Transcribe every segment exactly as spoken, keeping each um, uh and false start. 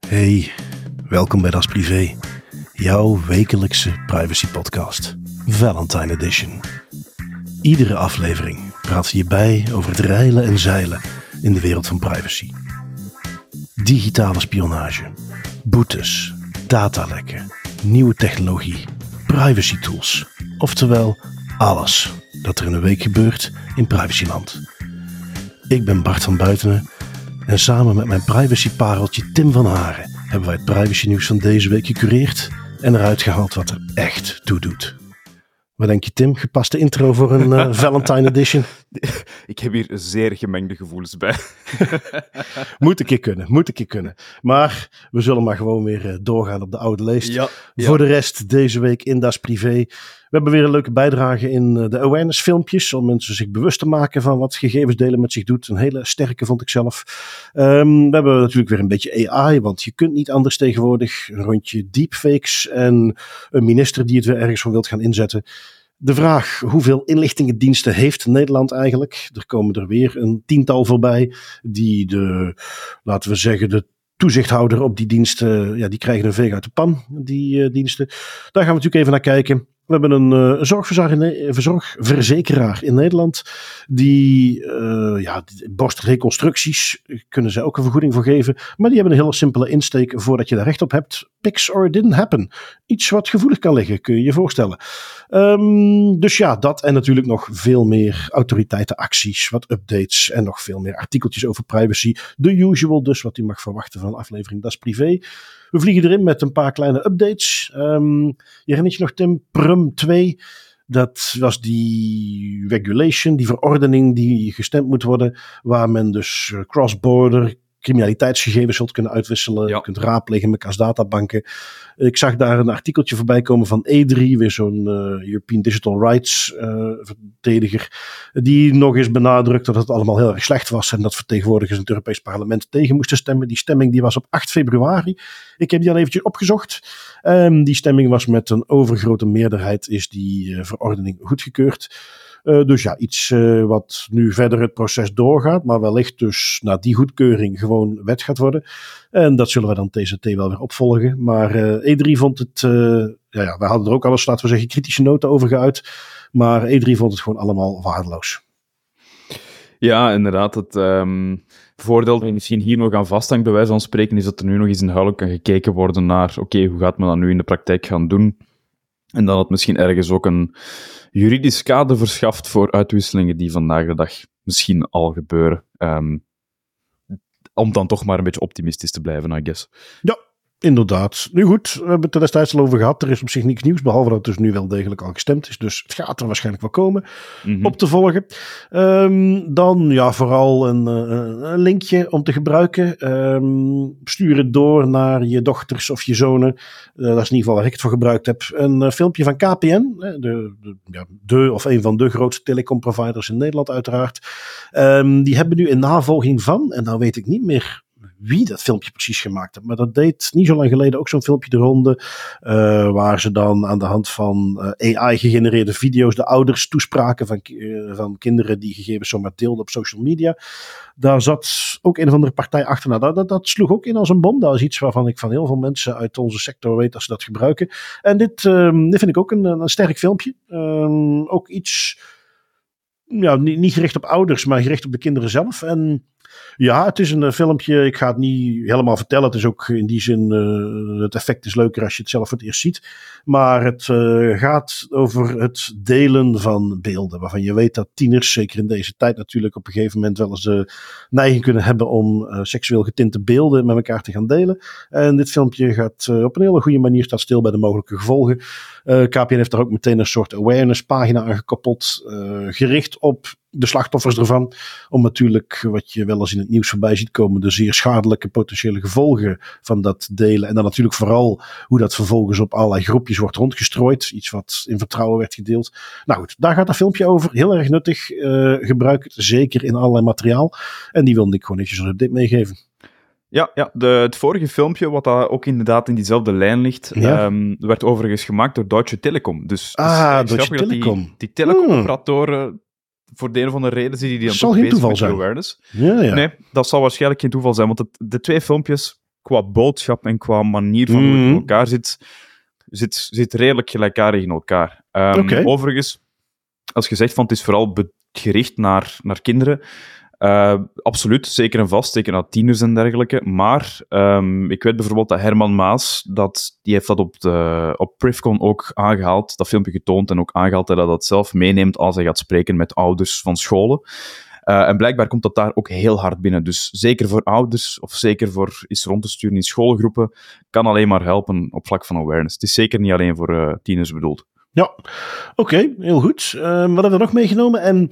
Hey, welkom bij Das Privé, jouw wekelijkse privacy podcast, Valentine Edition. Iedere aflevering praten we je bij over het reilen en zeilen in de wereld van privacy. Digitale spionage, boetes, datalekken, nieuwe technologie, privacy tools. Oftewel, alles dat er in een week gebeurt in privacyland. Ik ben Bart van Buitenen en samen met mijn privacypareltje Tim van Haren hebben wij het privacy nieuws van deze week gecureerd en eruit gehaald wat er echt toe doet. Wat denk je, Tim? Gepaste intro voor een uh, Valentine Edition? Ik heb hier zeer gemengde gevoelens bij. Moet een keer kunnen, moet een keer kunnen. Maar we zullen maar gewoon weer uh, doorgaan op de oude leest. Ja, ja. Voor de rest, deze week in Das Privé. We hebben weer een leuke bijdrage in uh, de awareness filmpjes. Om mensen zich bewust te maken van wat gegevens delen met zich doet. Een hele sterke vond ik zelf. Um, we hebben natuurlijk weer een beetje A I. Want je kunt niet anders tegenwoordig. Een rondje deepfakes. En een minister die het weer ergens voor wilt gaan inzetten. De vraag, hoeveel inlichtingendiensten heeft Nederland eigenlijk? Er komen er weer een tiental voorbij. Die de, laten we zeggen, de toezichthouder op die diensten, ja, die krijgen een veeg uit de pan, die uh, diensten. Daar gaan we natuurlijk even naar kijken. We hebben een uh, zorgverzekeraar in Nederland die, uh, ja, borstreconstructies, kunnen zij ook een vergoeding voor geven. Maar die hebben een hele simpele insteek voordat je daar recht op hebt. Pics or it didn't happen. Iets wat gevoelig kan liggen, kun je je voorstellen. Um, dus ja, dat en natuurlijk nog veel meer autoriteitenacties, wat updates en nog veel meer artikeltjes over privacy. The usual dus, wat u mag verwachten van een aflevering Das Privé. We vliegen erin met een paar kleine updates. Um, je herinnert je nog, Tim, Prum twee. Dat was die regulation, die verordening die gestemd moet worden. Waar men dus cross-border criminaliteitsgegevens zult kunnen uitwisselen. Ja. Je kunt raadplegen met databanken. Ik zag daar een artikeltje voorbij komen van E drie, weer zo'n uh, European Digital Rights uh, verdediger, die nog eens benadrukt dat het allemaal heel erg slecht was en dat vertegenwoordigers in het Europees Parlement tegen moesten stemmen. Die stemming die was op acht februari. Ik heb die dan eventjes opgezocht. Um, die stemming was met een overgrote meerderheid, is die uh, verordening goedgekeurd. Uh, dus ja, iets uh, wat nu verder het proces doorgaat, maar wellicht dus na die goedkeuring gewoon wet gaat worden. En dat zullen we dan T Z T wel weer opvolgen. Maar uh, E drie vond het, uh, ja, ja, wij hadden er ook alles, laten we zeggen, kritische noten over geuit. Maar E drie vond het gewoon allemaal waardeloos. Ja, inderdaad. Het um, voordeel dat misschien hier nog aan vasthangt, bij wijze van spreken, is dat er nu nog eens inhoudelijk kan gekeken worden naar, oké, okay, hoe gaat men dat nu in de praktijk gaan doen? En dat het misschien ergens ook een juridisch kader verschaft voor uitwisselingen die vandaag de dag misschien al gebeuren. Um, om dan toch maar een beetje optimistisch te blijven, I guess. Ja, inderdaad. Nu goed, we hebben het er destijds al over gehad. Er is op zich niks nieuws, behalve dat het dus nu wel degelijk al gestemd is. Dus het gaat er waarschijnlijk wel komen mm-hmm. op te volgen. Um, dan ja, vooral een, een linkje om te gebruiken. Um, stuur het door naar je dochters of je zonen. Uh, dat is in ieder geval waar ik het voor gebruikt heb. Een uh, filmpje van K P N. De, de, ja, de of een van de grootste telecomproviders in Nederland uiteraard. Um, die hebben nu in navolging van, en nou weet ik niet meer wie dat filmpje precies gemaakt heeft. Maar dat deed niet zo lang geleden ook zo'n filmpje de ronde. Uh, waar ze dan aan de hand van uh, A I-gegenereerde video's de ouders toespraken van, uh, van kinderen die gegevens zomaar deelden op social media. Daar zat ook een of andere partij achter. Nou, dat, dat, dat sloeg ook in als een bom. Dat is iets waarvan ik van heel veel mensen uit onze sector weet dat ze dat gebruiken. En dit, um, dit vind ik ook een, een sterk filmpje. Um, ook iets, ja, niet, niet gericht op ouders, maar gericht op de kinderen zelf. En ja, het is een uh, filmpje. Ik ga het niet helemaal vertellen. Het is ook in die zin, uh, het effect is leuker als je het zelf voor het eerst ziet. Maar het uh, gaat over het delen van beelden. Waarvan je weet dat tieners, zeker in deze tijd natuurlijk, op een gegeven moment wel eens de neiging kunnen hebben om uh, seksueel getinte beelden met elkaar te gaan delen. En dit filmpje gaat uh, op een hele goede manier, staat stil bij de mogelijke gevolgen. Uh, K P N heeft daar ook meteen een soort awareness pagina aangekoppeld. Uh, gericht op de slachtoffers ervan. Om natuurlijk, wat je wel eens in het nieuws voorbij ziet komen, de zeer schadelijke potentiële gevolgen van dat delen. En dan natuurlijk vooral hoe dat vervolgens op allerlei groepjes wordt rondgestrooid. Iets wat in vertrouwen werd gedeeld. Nou goed, daar gaat dat filmpje over. Heel erg nuttig. Uh, gebruik het zeker in allerlei materiaal. En die wilde ik gewoon eventjes een update meegeven. Ja, ja de, het vorige filmpje, wat dat ook inderdaad in diezelfde lijn ligt, ja. um, werd overigens gemaakt door Deutsche Telekom. Dus, ah, dus Deutsche Telekom. Die, die telecomoperatoren, hmm. voor de een of andere reden zie je die dan toch bezig met awareness. Ja, ja. Nee, dat zal waarschijnlijk geen toeval zijn, want het, de twee filmpjes qua boodschap en qua manier van mm. hoe het in elkaar zit, zit, zit redelijk gelijkaardig in elkaar. Um, okay. Overigens, als je zegt van het is vooral gericht naar, naar kinderen, uh, absoluut, zeker en vast, zeker naar tieners en dergelijke, maar um, ik weet bijvoorbeeld dat Herman Maas, dat, die heeft dat op, de, op Privcon ook aangehaald, dat filmpje getoond en ook aangehaald dat hij dat zelf meeneemt als hij gaat spreken met ouders van scholen. Uh, en blijkbaar komt dat daar ook heel hard binnen. Dus zeker voor ouders, of zeker voor iets rond te sturen in schoolgroepen, kan alleen maar helpen op vlak van awareness. Het is zeker niet alleen voor uh, tieners bedoeld. Ja, oké, okay, heel goed. Uh, wat hebben we nog meegenomen? En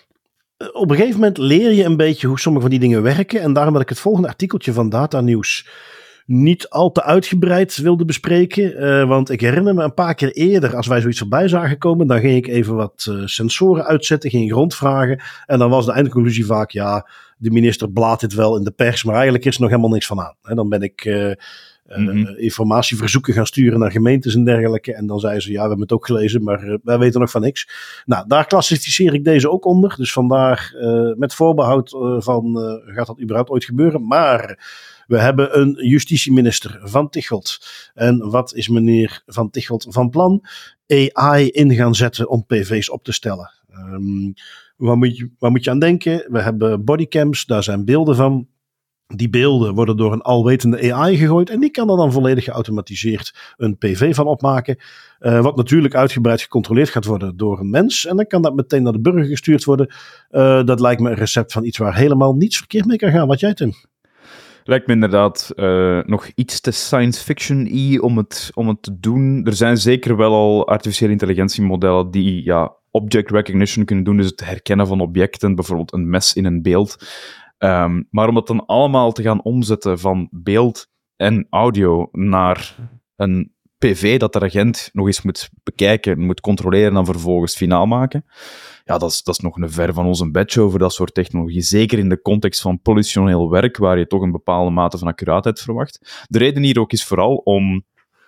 uh, op een gegeven moment leer je een beetje hoe sommige van die dingen werken. En daarom dat ik het volgende artikeltje van Data Nieuws niet al te uitgebreid wilde bespreken. Uh, want ik herinner me een paar keer eerder, als wij zoiets voorbij zagen komen, dan ging ik even wat uh, sensoren uitzetten, ging ik rondvragen. En dan was de eindconclusie vaak, ja, de minister blaadt dit wel in de pers, maar eigenlijk is er nog helemaal niks van aan. En dan ben ik uh, mm-hmm. uh, informatieverzoeken gaan sturen naar gemeentes en dergelijke. En dan zeiden ze, ja, we hebben het ook gelezen, maar uh, wij weten nog van niks. Nou, daar klassificeer ik deze ook onder. Dus vandaar uh, met voorbehoud uh, van, uh, gaat dat überhaupt ooit gebeuren? Maar we hebben een justitieminister, Van Tichelt. En wat is meneer Van Tichelt van plan? A I in gaan zetten om P V's op te stellen. Um, waar, moet je, waar moet je aan denken? We hebben bodycams, daar zijn beelden van. Die beelden worden door een alwetende A I gegooid. En die kan er dan volledig geautomatiseerd een P V van opmaken. Uh, wat natuurlijk uitgebreid gecontroleerd gaat worden door een mens. En dan kan dat meteen naar de burger gestuurd worden. Uh, dat lijkt me een recept van iets waar helemaal niets verkeerd mee kan gaan. Wat jij, Tim? Lijkt me inderdaad uh, nog iets te science fiction-y om het, om het te doen. Er zijn zeker wel al artificiële intelligentiemodellen die ja, object recognition kunnen doen, dus het herkennen van objecten, bijvoorbeeld een mes in een beeld. Um, maar om dat dan allemaal te gaan omzetten van beeld en audio naar een P V dat de agent nog eens moet bekijken, moet controleren en dan vervolgens finaal maken. Ja, dat is, dat is nog een ver van ons een bedje over dat soort technologie. Zeker in de context van politioneel werk, waar je toch een bepaalde mate van accuraatheid verwacht. De reden hier ook is vooral om,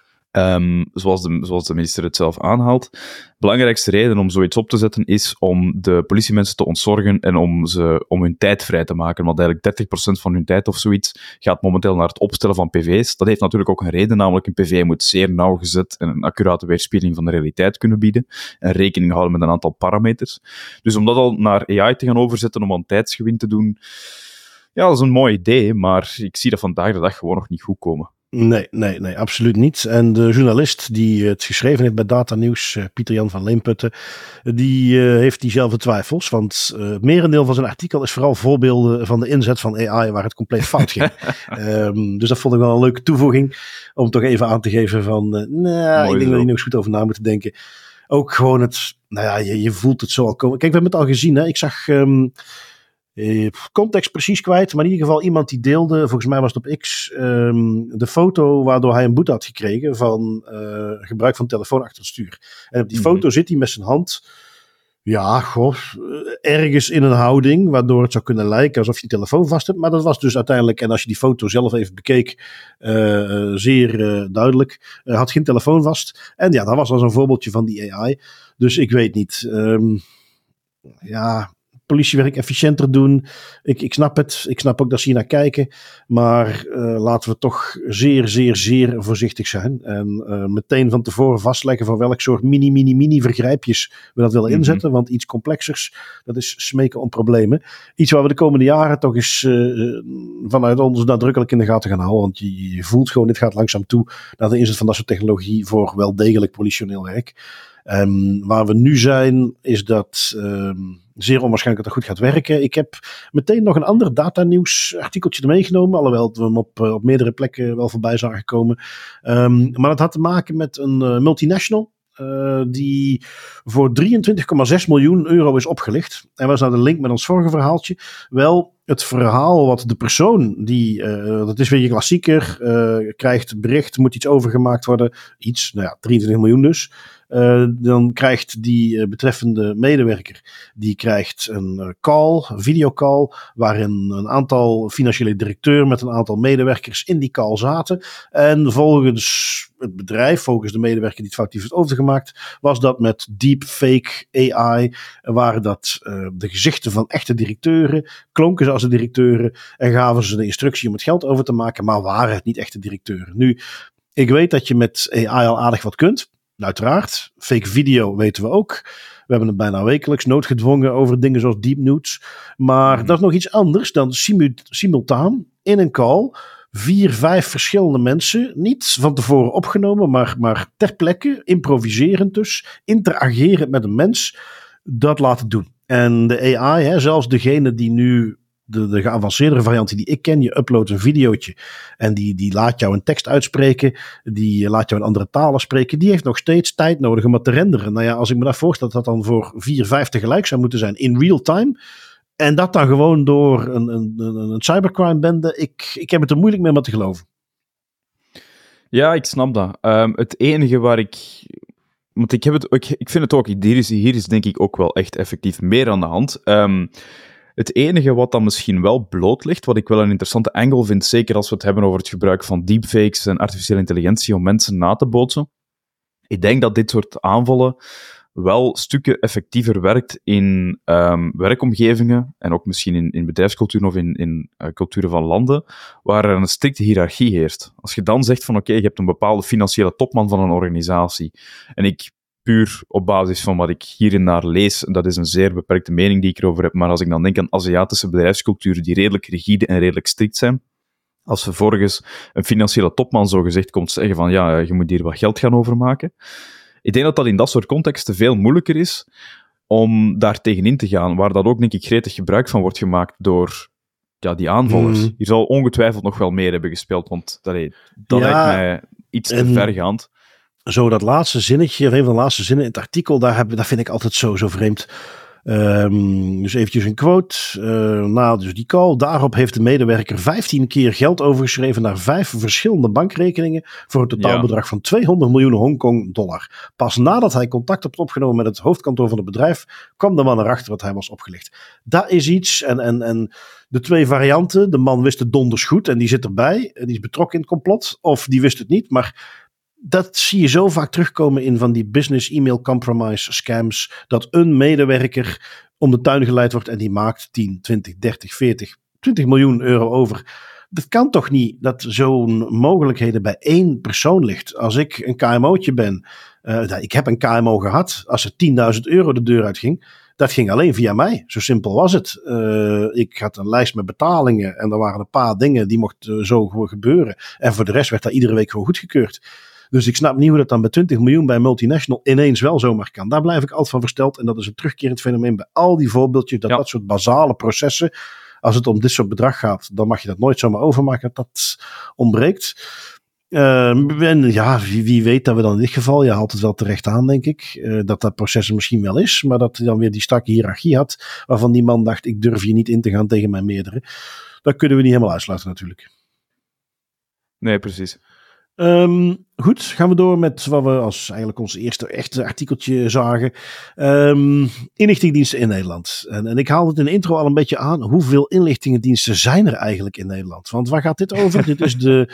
um, zoals, de, zoals de minister het zelf aanhaalt, de belangrijkste reden om zoiets op te zetten is om de politiemensen te ontzorgen en om, ze, om hun tijd vrij te maken. Want eigenlijk dertig procent van hun tijd of zoiets gaat momenteel naar het opstellen van P V's. Dat heeft natuurlijk ook een reden, namelijk een P V moet zeer nauwgezet en een accurate weerspiegeling van de realiteit kunnen bieden en rekening houden met een aantal parameters. Dus om dat al naar A I te gaan overzetten om aan tijdsgewin te doen, ja, dat is een mooi idee, maar ik zie dat vandaag de dag gewoon nog niet goed komen. Nee, nee, nee, absoluut niet. En de journalist die het geschreven heeft bij Data Nieuws, Pieter-Jan van Leemputten, die uh, heeft diezelfde twijfels. Want uh, het merendeel van zijn artikel is vooral voorbeelden van de inzet van A I waar het compleet fout ging. um, dus dat vond ik wel een leuke toevoeging om toch even aan te geven van, uh, nou, ik denk dat je nog eens goed over na moet denken. Ook gewoon het, nou ja, je, je voelt het zo al komen. Kijk, we hebben het al gezien, hè. Ik zag Um, Uh, context precies kwijt, maar in ieder geval iemand die deelde, volgens mij was het op X, um, de foto waardoor hij een boete had gekregen van uh, gebruik van telefoon achter het stuur. En op die mm-hmm. foto zit hij met zijn hand, ja, goh, ergens in een houding, waardoor het zou kunnen lijken alsof je een telefoon vast hebt. Maar dat was dus uiteindelijk, en als je die foto zelf even bekeek, uh, zeer uh, duidelijk, uh, had geen telefoon vast. En ja, dat was al zo'n voorbeeldje van die A I. Dus ik weet niet, um, ja, politiewerk efficiënter doen. Ik, ik snap het. Ik snap ook dat ze hier naar kijken. Maar uh, laten we toch zeer, zeer, zeer voorzichtig zijn. En uh, meteen van tevoren vastleggen van welk soort mini, mini, mini vergrijpjes we dat willen inzetten. Mm-hmm. Want iets complexers, dat is smeken om problemen. Iets waar we de komende jaren toch eens uh, vanuit ons nadrukkelijk in de gaten gaan houden. Want je, je voelt gewoon, dit gaat langzaam toe naar de inzet van dat soort technologie voor wel degelijk politioneel werk. Um, waar we nu zijn, is dat um, zeer onwaarschijnlijk dat het goed gaat werken. Ik heb meteen nog een ander datanieuws artikeltje er meegenomen, alhoewel we hem op, op meerdere plekken wel voorbij zagen komen. Um, maar dat had te maken met een uh, multinational. Uh, die voor drieëntwintig komma zes miljoen euro is opgelicht. En wat is nou de link met ons vorige verhaaltje? Wel, het verhaal wat de persoon die, uh, dat is weer je klassieker, uh, krijgt bericht, moet iets overgemaakt worden. Iets, nou ja, drieëntwintig miljoen dus. Uh, dan krijgt die uh, betreffende medewerker, die krijgt een uh, call, een videocall, waarin een aantal financiële directeuren met een aantal medewerkers in die call zaten. En volgens het bedrijf, volgens de medewerker die het foutief heeft overgemaakt, was dat met deepfake A I, waren dat uh, de gezichten van echte directeuren, klonken ze als de directeuren en gaven ze de instructie om het geld over te maken, maar waren het niet echte directeuren. Nu, ik weet dat je met A I al aardig wat kunt. Uiteraard. Fake video weten we ook. We hebben het bijna wekelijks noodgedwongen over dingen zoals deep nudes. Maar mm. dat is nog iets anders dan simu- simultaan in een call vier, vijf verschillende mensen, niet van tevoren opgenomen, maar, maar ter plekke, improviserend dus, interagerend met een mens, dat laten doen. En de A I, hè, zelfs degene die nu De, de geavanceerdere variant die ik ken, je uploadt een videootje en die, die laat jou een tekst uitspreken, die laat jou een andere talen spreken, die heeft nog steeds tijd nodig om het te renderen. Nou ja, als ik me dat voorstel dat dat dan voor vier, vijf tegelijk zou moeten zijn in real time, en dat dan gewoon door een, een, een, een cybercrime bende, ik, ik heb het er moeilijk mee om te geloven. Ja, ik snap dat. Um, het enige waar ik... Want ik, heb het, ik, ik vind het ook, hier is, hier is denk ik ook wel echt effectief meer aan de hand. Um, Het enige wat dan misschien wel bloot ligt, wat ik wel een interessante angle vind, zeker als we het hebben over het gebruik van deepfakes en artificiële intelligentie om mensen na te bootsen. Ik denk dat dit soort aanvallen wel stukken effectiever werkt in um, werkomgevingen en ook misschien in, in bedrijfsculturen of in, in uh, culturen van landen, waar er een strikte hiërarchie heerst. Als je dan zegt van oké, okay, je hebt een bepaalde financiële topman van een organisatie en ik... puur op basis van wat ik hier en daar lees, en dat is een zeer beperkte mening die ik erover heb, maar als ik dan denk aan Aziatische bedrijfsculturen die redelijk rigide en redelijk strikt zijn, als vervolgens een financiële topman zogezegd komt zeggen van ja, je moet hier wat geld gaan overmaken. Ik denk dat dat in dat soort contexten veel moeilijker is om daar tegenin te gaan, waar dat ook denk ik gretig gebruik van wordt gemaakt door ja, die aanvallers. Mm. Hier zal ongetwijfeld nog wel meer hebben gespeeld, want allee, dat ja, lijkt mij iets te vergaand. Zo dat laatste zinnetje, of een van de laatste zinnen in het artikel, daar, heb, daar vind ik altijd zo, zo vreemd. Um, dus eventjes een quote. Uh, nou, dus die call. Daarop heeft de medewerker vijftien keer geld overgeschreven naar vijf verschillende bankrekeningen voor een totaalbedrag ja. van tweehonderd miljoen Hongkong dollar. Pas nadat hij contact had opgenomen met het hoofdkantoor van het bedrijf, kwam de man erachter wat hij was opgelicht. Dat is iets. En, en, en de twee varianten. De man wist het donders goed en die zit erbij. Die is betrokken in het complot. Of die wist het niet, maar... Dat zie je zo vaak terugkomen in van die business email compromise scams. Dat een medewerker om de tuin geleid wordt en die maakt tien, twintig, dertig, veertig, twintig miljoen euro over. Dat kan toch niet dat zo'n mogelijkheden bij één persoon ligt. Als ik een K M O'tje ben, uh, ik heb een K M O gehad. Als er tienduizend euro de deur uit ging, dat ging alleen via mij. Zo simpel was het. Uh, ik had een lijst met betalingen en er waren een paar dingen die mochten zo gewoon gebeuren. En voor de rest werd dat iedere week gewoon goedgekeurd. Dus ik snap niet hoe dat dan bij twintig miljoen bij multinational ineens wel zomaar kan. Daar blijf ik altijd van versteld. En dat is een terugkerend fenomeen bij al die voorbeeldjes. Dat ja. dat soort basale processen, als het om dit soort bedrag gaat, dan mag je dat nooit zomaar overmaken. Dat ontbreekt. Uh, en ja, wie, wie weet dat we dan in dit geval, je haalt het wel terecht aan, denk ik, uh, dat dat proces er misschien wel is. Maar dat hij dan weer die strakke hiërarchie had, waarvan die man dacht, ik durf hier niet in te gaan tegen mijn meerdere. Dat kunnen we niet helemaal uitsluiten natuurlijk. Nee, precies. Um, goed, gaan we door met wat we als eigenlijk ons eerste echte artikeltje zagen. Um, inlichtingendiensten in Nederland. En, en ik haalde het in de intro al een beetje aan. Hoeveel inlichtingendiensten zijn er eigenlijk in Nederland? Want waar gaat dit over? Dit is de...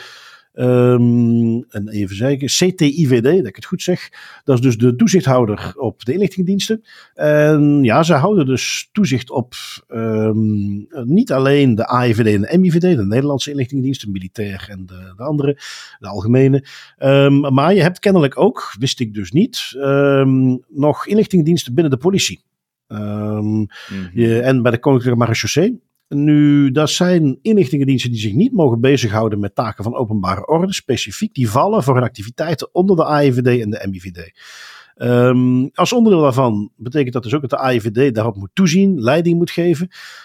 Um, en even zeggen, C T I V D, dat ik het goed zeg. Dat is dus de toezichthouder op de inlichtingendiensten. En ja, ze houden dus toezicht op um, niet alleen de A I V D en de M I V D, de Nederlandse inlichtingendiensten, militair en de, de andere, de algemene. Um, maar je hebt kennelijk ook, wist ik dus niet, um, nog inlichtingendiensten binnen de politie. Um, mm-hmm. je, en bij de Koninklijke Marechaussee. Nu, dat zijn inlichtingendiensten die zich niet mogen bezighouden met taken van openbare orde, specifiek. Die vallen voor hun activiteiten onder de A I V D en de M I V D. Um, als onderdeel daarvan betekent dat dus ook dat de A I V D daarop moet toezien, leiding moet geven.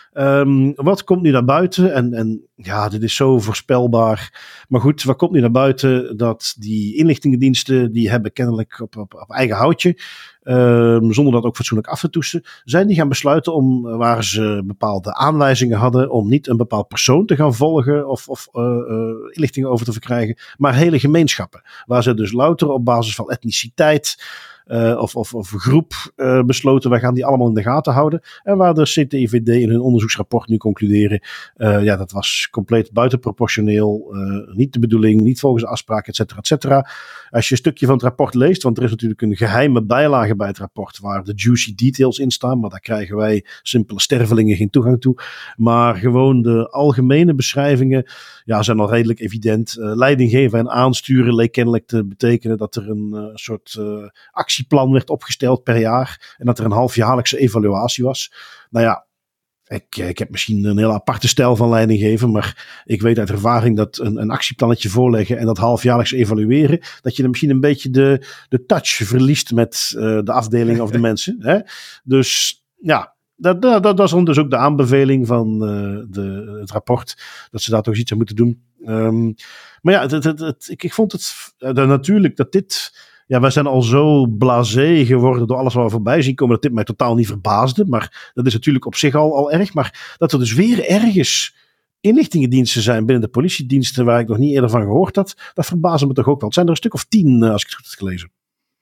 Um, wat komt nu naar buiten? En, en ja, dit is zo voorspelbaar. Maar goed, wat komt nu naar buiten? Dat die inlichtingendiensten, die hebben kennelijk op, op, op eigen houtje, um, zonder dat ook fatsoenlijk af te toetsen, zijn die gaan besluiten om, waar ze bepaalde aanwijzingen hadden, om niet een bepaald persoon te gaan volgen of, of uh, uh, inlichtingen over te verkrijgen, maar hele gemeenschappen. Waar ze dus louter op basis van etniciteit Uh, of, of, of groep uh, besloten, wij gaan die allemaal in de gaten houden. En waar de C T I V D in hun onderzoeksrapport nu concluderen, uh, ja, dat was compleet buitenproportioneel, uh, niet de bedoeling, niet volgens de afspraken, et cetera, et cetera. Als je een stukje van het rapport leest, want er is natuurlijk een geheime bijlage bij het rapport waar de juicy details in staan, maar daar krijgen wij simpele stervelingen geen toegang toe. Maar gewoon de algemene beschrijvingen, ja, zijn al redelijk evident. Uh, leiding geven en aansturen leek kennelijk te betekenen dat er een uh, soort uh, actieplan werd opgesteld per jaar en dat er een halfjaarlijkse evaluatie was. Nou ja, ik, ik heb misschien een heel aparte stijl van leiding geven, maar ik weet uit ervaring dat een, een actieplannetje voorleggen en dat halfjaarlijks evalueren, dat je dan misschien een beetje de, de touch verliest met uh, de afdeling of de mensen. Hè? Dus ja, dat, dat, dat is dan dus ook de aanbeveling van uh, de, het rapport, dat ze daar toch iets aan moeten doen. Um, maar ja, het, het, het, ik, ik vond het uh, natuurlijk dat dit... Ja, wij zijn al zo blasé geworden door alles waar we voorbij zien komen, dat dit mij totaal niet verbaasde. Maar dat is natuurlijk op zich al, al erg. Maar dat er dus weer ergens inlichtingendiensten zijn binnen de politiediensten waar ik nog niet eerder van gehoord had, dat verbaasde me toch ook wel. Het zijn er een stuk of tien, als ik het goed heb gelezen.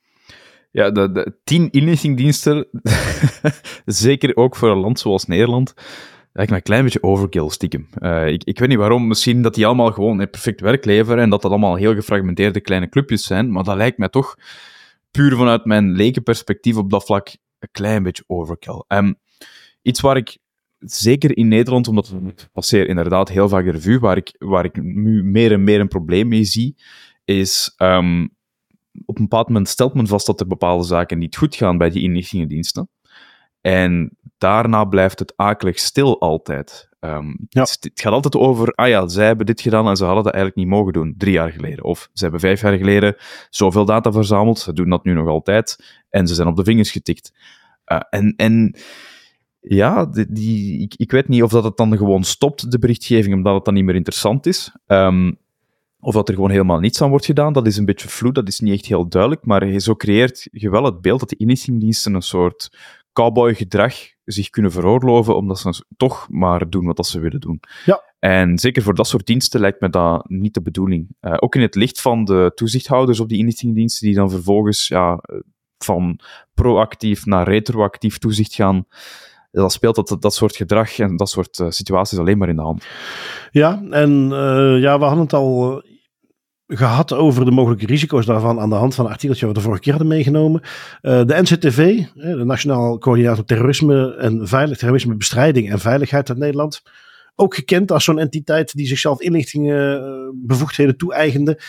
Ja, de, de tien inlichtingendiensten, zeker ook voor een land zoals Nederland, lijkt me een klein beetje overkill, stiekem. Uh, ik, ik weet niet waarom, misschien dat die allemaal gewoon een perfect werk leveren en dat dat allemaal heel gefragmenteerde kleine clubjes zijn, maar dat lijkt mij toch, puur vanuit mijn lekenperspectief op dat vlak, een klein beetje overkill. Um, iets waar ik, zeker in Nederland, omdat het passeer inderdaad heel vaak de revue, waar ik, waar ik nu meer en meer een probleem mee zie, is... Um, op een bepaald moment stelt men vast dat er bepaalde zaken niet goed gaan bij die inlichtingendiensten. En daarna blijft het akelig stil altijd. Um, ja. het, het gaat altijd over, ah ja, zij hebben dit gedaan en ze hadden dat eigenlijk niet mogen doen, drie jaar geleden. Of ze hebben vijf jaar geleden zoveel data verzameld, ze doen dat nu nog altijd, en ze zijn op de vingers getikt. Uh, en, en ja, die, die, ik, ik weet niet of dat het dan gewoon stopt, de berichtgeving, omdat het dan niet meer interessant is. Um, Of dat er gewoon helemaal niets aan wordt gedaan, dat is een beetje vloed, dat is niet echt heel duidelijk, maar zo creëert je wel het beeld dat de inlichtingendiensten een soort cowboy-gedrag zich kunnen veroorloven, omdat ze toch maar doen wat ze willen doen. Ja. En zeker voor dat soort diensten lijkt me dat niet de bedoeling. Uh, ook in het licht van de toezichthouders op die inlichtingendiensten, die dan vervolgens ja, van proactief naar retroactief toezicht gaan, dat speelt dat, dat soort gedrag en dat soort uh, situaties alleen maar in de hand. Ja, en uh, ja, we hadden het al uh, gehad over de mogelijke risico's daarvan aan de hand van een artikeltje wat we de vorige keer hadden meegenomen. Uh, de N C T V, de Nationaal Coördinator Terrorisme en Veilig, Terrorismebestrijding en Veiligheid uit Nederland, ook gekend als zo'n entiteit die zichzelf inlichtingenbevoegdheden toe-eigende.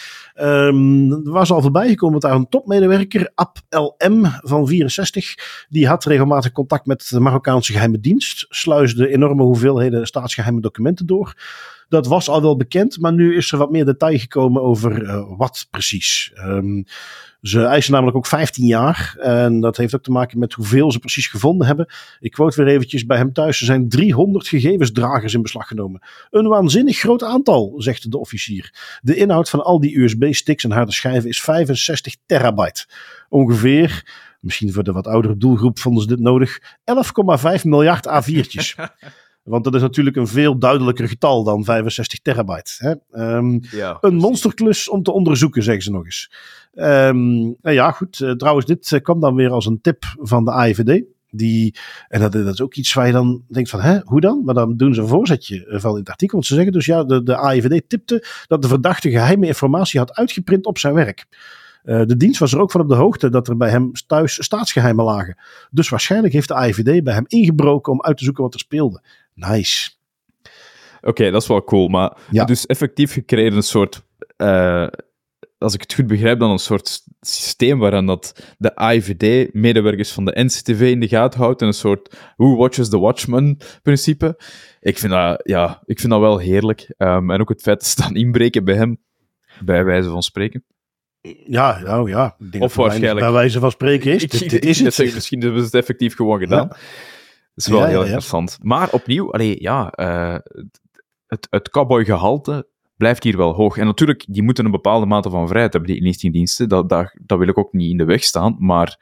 Um, er was al voorbij gekomen dat daar een topmedewerker, Ab L M van vierenzestig, die had regelmatig contact met de Marokkaanse geheime dienst, sluisde enorme hoeveelheden staatsgeheime documenten door. Dat was al wel bekend, maar nu is er wat meer detail gekomen over uh, wat precies. Um, ze eisen namelijk ook vijftien jaar. En dat heeft ook te maken met hoeveel ze precies gevonden hebben. Ik quote weer eventjes bij hem thuis. Er zijn driehonderd gegevensdragers in beslag genomen. Een waanzinnig groot aantal, zegt de officier. De inhoud van al die U S B-sticks en harde schijven is vijfenzestig terabyte. Ongeveer, misschien voor de wat oudere doelgroep vonden ze dit nodig, elf komma vijf miljard A viertjes. Want dat is natuurlijk een veel duidelijker getal dan vijfenzestig terabyte. Hè? Um, ja, een monsterklus om te onderzoeken, zeggen ze nog eens. Um, nou ja, goed. Uh, trouwens, dit uh, kwam dan weer als een tip van de A I V D. Die, en dat, dat is ook iets waar je dan denkt van, hè, hoe dan? Maar dan doen ze een voorzetje van in het artikel. Want ze zeggen dus, ja, de, de A I V D tipte dat de verdachte geheime informatie had uitgeprint op zijn werk. Uh, de dienst was er ook van op de hoogte dat er bij hem thuis staatsgeheimen lagen. Dus waarschijnlijk heeft de A I V D bij hem ingebroken om uit te zoeken wat er speelde. Nice. Oké, okay, dat is wel cool. Maar ja. Dus effectief gecreëerd een soort, uh, als ik het goed begrijp, dan een soort systeem waarin dat de A I V D-medewerkers van de N C T V in de gaten houdt en een soort who watches the watchman principe. Ik vind dat, ja, ik vind dat wel heerlijk. Um, en ook het feit dat ze dan inbreken bij hem, bij wijze van spreken. Ja, nou ja. Ik denk of dat waarschijnlijk. Bij wijze van spreken is. Ik, dit, ik, dit is ik, het. Zeggen, misschien hebben ze het effectief gewoon gedaan. Ja. is wel ja, heel ja, ja. interessant. Maar opnieuw, allee, ja, uh, het, het cowboygehalte blijft hier wel hoog. En natuurlijk, die moeten een bepaalde mate van vrijheid hebben, die inlichtingendiensten. Dat, dat, dat wil ik ook niet in de weg staan, maar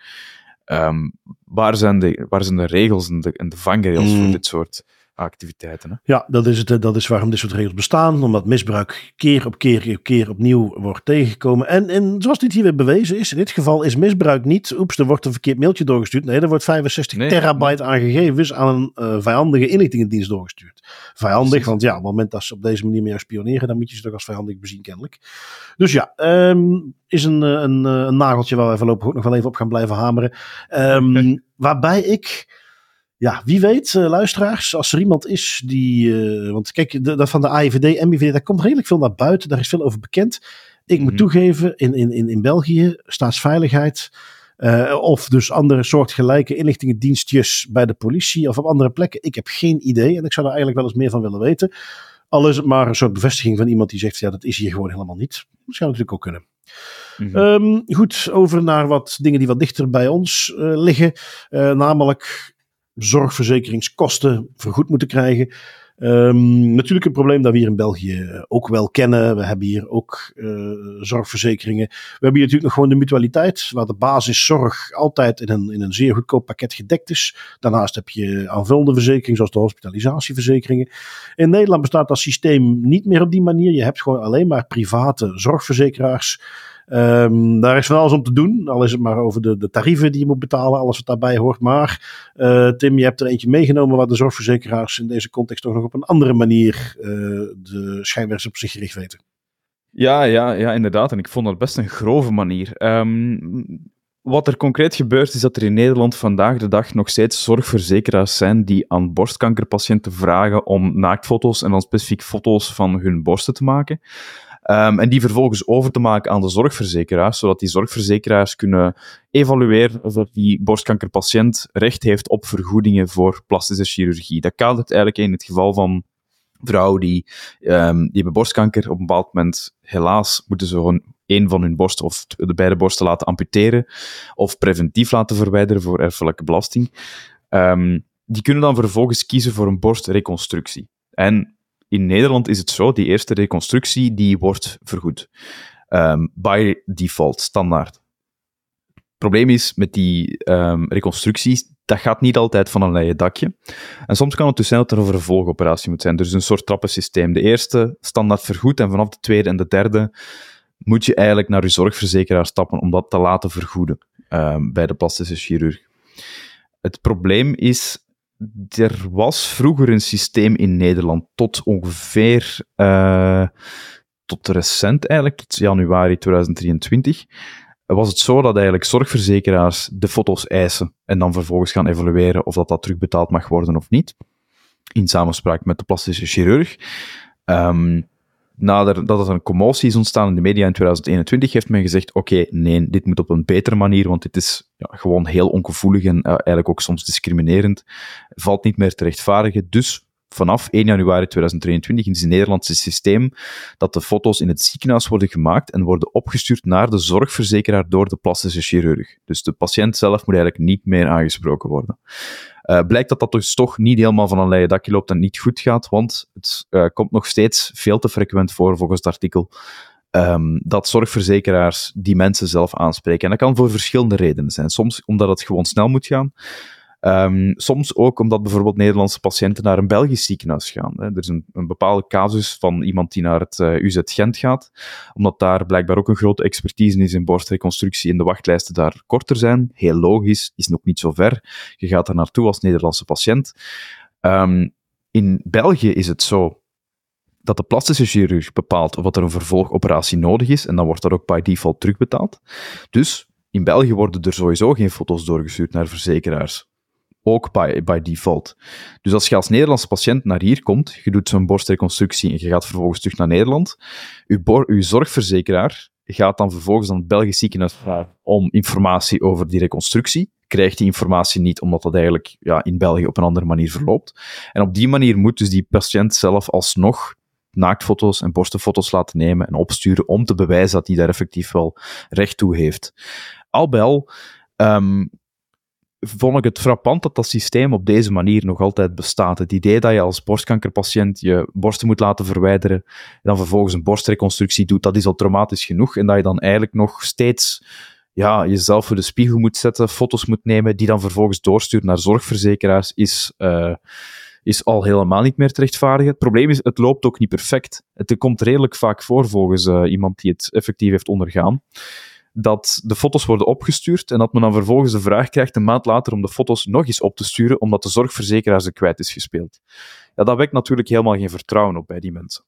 um, waar, zijn de, waar zijn de regels en de, en de vangrails mm. voor dit soort activiteiten? Hè? Ja, dat is, het, dat is waarom dit soort regels bestaan. Omdat misbruik keer op keer op keer opnieuw wordt tegengekomen. En, en zoals dit hier weer bewezen is, in dit geval is misbruik niet, oeps, er wordt een verkeerd mailtje doorgestuurd. Nee, er wordt vijfenzestig nee, terabyte nee. aan gegevens aan een uh, vijandige inlichtingendienst doorgestuurd. Vijandig, Precies. Want ja, op het moment dat ze op deze manier mee jou spioneren, dan moet je ze toch als vijandig bezien kennelijk. Dus ja, um, is een, een, een nageltje waar wij voorlopig ook nog wel even op gaan blijven hameren. Um, waarbij ik... Ja, wie weet, uh, luisteraars, als er iemand is die... Uh, want kijk, de, de, van de A I V D, M I V D, daar komt redelijk veel naar buiten. Daar is veel over bekend. Ik moet mm-hmm. toegeven, in, in, in, in België, staatsveiligheid... Uh, of dus andere soortgelijke inlichtingendienstjes bij de politie... of op andere plekken, ik heb geen idee. En ik zou daar eigenlijk wel eens meer van willen weten. Al is het maar een soort bevestiging van iemand die zegt... ja, dat is hier gewoon helemaal niet. Dat zou natuurlijk ook kunnen. Mm-hmm. Um, goed, over naar wat dingen die wat dichter bij ons uh, liggen. Uh, namelijk... zorgverzekeringskosten vergoed moeten krijgen. Um, natuurlijk een probleem dat we hier in België ook wel kennen. We hebben hier ook uh, zorgverzekeringen. We hebben hier natuurlijk nog gewoon de mutualiteit, waar de basiszorg altijd in een, in een zeer goedkoop pakket gedekt is. Daarnaast heb je aanvullende verzekeringen, zoals de hospitalisatieverzekeringen. In Nederland bestaat dat systeem niet meer op die manier. Je hebt gewoon alleen maar private zorgverzekeraars. Um, daar is van alles om te doen, al is het maar over de, de tarieven die je moet betalen, alles wat daarbij hoort. Maar uh, Tim, je hebt er eentje meegenomen waar de zorgverzekeraars in deze context toch nog op een andere manier uh, de schijnwerpers op zich gericht weten. Ja, ja, ja, inderdaad. En ik vond dat best een grove manier. Um, wat er concreet gebeurt, is dat er in Nederland vandaag de dag nog steeds zorgverzekeraars zijn die aan borstkankerpatiënten vragen om naaktfoto's en dan specifiek foto's van hun borsten te maken. Um, en die vervolgens over te maken aan de zorgverzekeraars, zodat die zorgverzekeraars kunnen evalueren of dat die borstkankerpatiënt recht heeft op vergoedingen voor plastische chirurgie. Dat kadert eigenlijk in het geval van vrouwen die, um, die hebben borstkanker. Op een bepaald moment, helaas, moeten ze gewoon één van hun borsten of de beide borsten laten amputeren of preventief laten verwijderen voor erfelijke belasting. Um, die kunnen dan vervolgens kiezen voor een borstreconstructie. En in Nederland is het zo, die eerste reconstructie, die wordt vergoed. Um, by default, standaard. Het probleem is met die um, reconstructies, dat gaat niet altijd van een leien dakje. En soms kan het dus zijn dat er een vervolgoperatie moet zijn. Dus een soort trappensysteem. De eerste, standaard vergoed, en vanaf de tweede en de derde moet je eigenlijk naar je zorgverzekeraar stappen om dat te laten vergoeden um, bij de plastische chirurg. Het probleem is... Er was vroeger een systeem in Nederland, tot ongeveer, uh, tot recent eigenlijk, tot januari tweeduizend drieëntwintig, was het zo dat eigenlijk zorgverzekeraars de foto's eisen en dan vervolgens gaan evalueren of dat, dat terugbetaald mag worden of niet, in samenspraak met de plastische chirurg. Um, Nadat er een commotie is ontstaan in de media in tweeduizend eenentwintig, heeft men gezegd, oké, okay, nee, dit moet op een betere manier, want dit is ja, gewoon heel ongevoelig en uh, eigenlijk ook soms discriminerend. Valt niet meer te rechtvaardigen. Dus vanaf één januari tweeduizend drieëntwintig is in Nederland het systeem dat de foto's in het ziekenhuis worden gemaakt en worden opgestuurd naar de zorgverzekeraar door de plastische chirurg. Dus de patiënt zelf moet eigenlijk niet meer aangesproken worden. Uh, blijkt dat dat dus toch niet helemaal van een leien dakje loopt en niet goed gaat, want het uh, komt nog steeds veel te frequent voor, volgens het artikel, um, dat zorgverzekeraars die mensen zelf aanspreken. En dat kan voor verschillende redenen zijn. Soms omdat het gewoon snel moet gaan. Um, soms ook omdat bijvoorbeeld Nederlandse patiënten naar een Belgisch ziekenhuis gaan. Hè. Er is een, een bepaalde casus van iemand die naar het uh, U Z Gent gaat, omdat daar blijkbaar ook een grote expertise is in borstreconstructie en de wachtlijsten daar korter zijn. Heel logisch, is nog niet zo ver. Je gaat daar naartoe als Nederlandse patiënt. Um, in België is het zo dat de plastische chirurg bepaalt of er een vervolgoperatie nodig is, en dan wordt dat ook by default terugbetaald. Dus in België worden er sowieso geen foto's doorgestuurd naar verzekeraars. Ook by, by default. Dus als je als Nederlandse patiënt naar hier komt, je doet zo'n borstreconstructie en je gaat vervolgens terug naar Nederland, je, bor- je zorgverzekeraar gaat dan vervolgens aan het Belgisch ziekenhuis vragen om informatie over die reconstructie, krijgt die informatie niet, omdat dat eigenlijk ja, in België op een andere manier verloopt. En op die manier moet dus die patiënt zelf alsnog naaktfoto's en borstenfoto's laten nemen en opsturen om te bewijzen dat hij daar effectief wel recht toe heeft. Al bij al, um, vond ik het frappant dat dat systeem op deze manier nog altijd bestaat. Het idee dat je als borstkankerpatiënt je borsten moet laten verwijderen en dan vervolgens een borstreconstructie doet, dat is al traumatisch genoeg. En dat je dan eigenlijk nog steeds ja, jezelf voor de spiegel moet zetten, foto's moet nemen, die dan vervolgens doorstuurt naar zorgverzekeraars, is, uh, is al helemaal niet meer te rechtvaardigen. Het probleem is, het loopt ook niet perfect. Het komt redelijk vaak voor, volgens uh, iemand die het effectief heeft ondergaan, dat de foto's worden opgestuurd en dat men dan vervolgens de vraag krijgt een maand later om de foto's nog eens op te sturen, omdat de zorgverzekeraar ze kwijt is gespeeld. Ja, dat wekt natuurlijk helemaal geen vertrouwen op bij die mensen.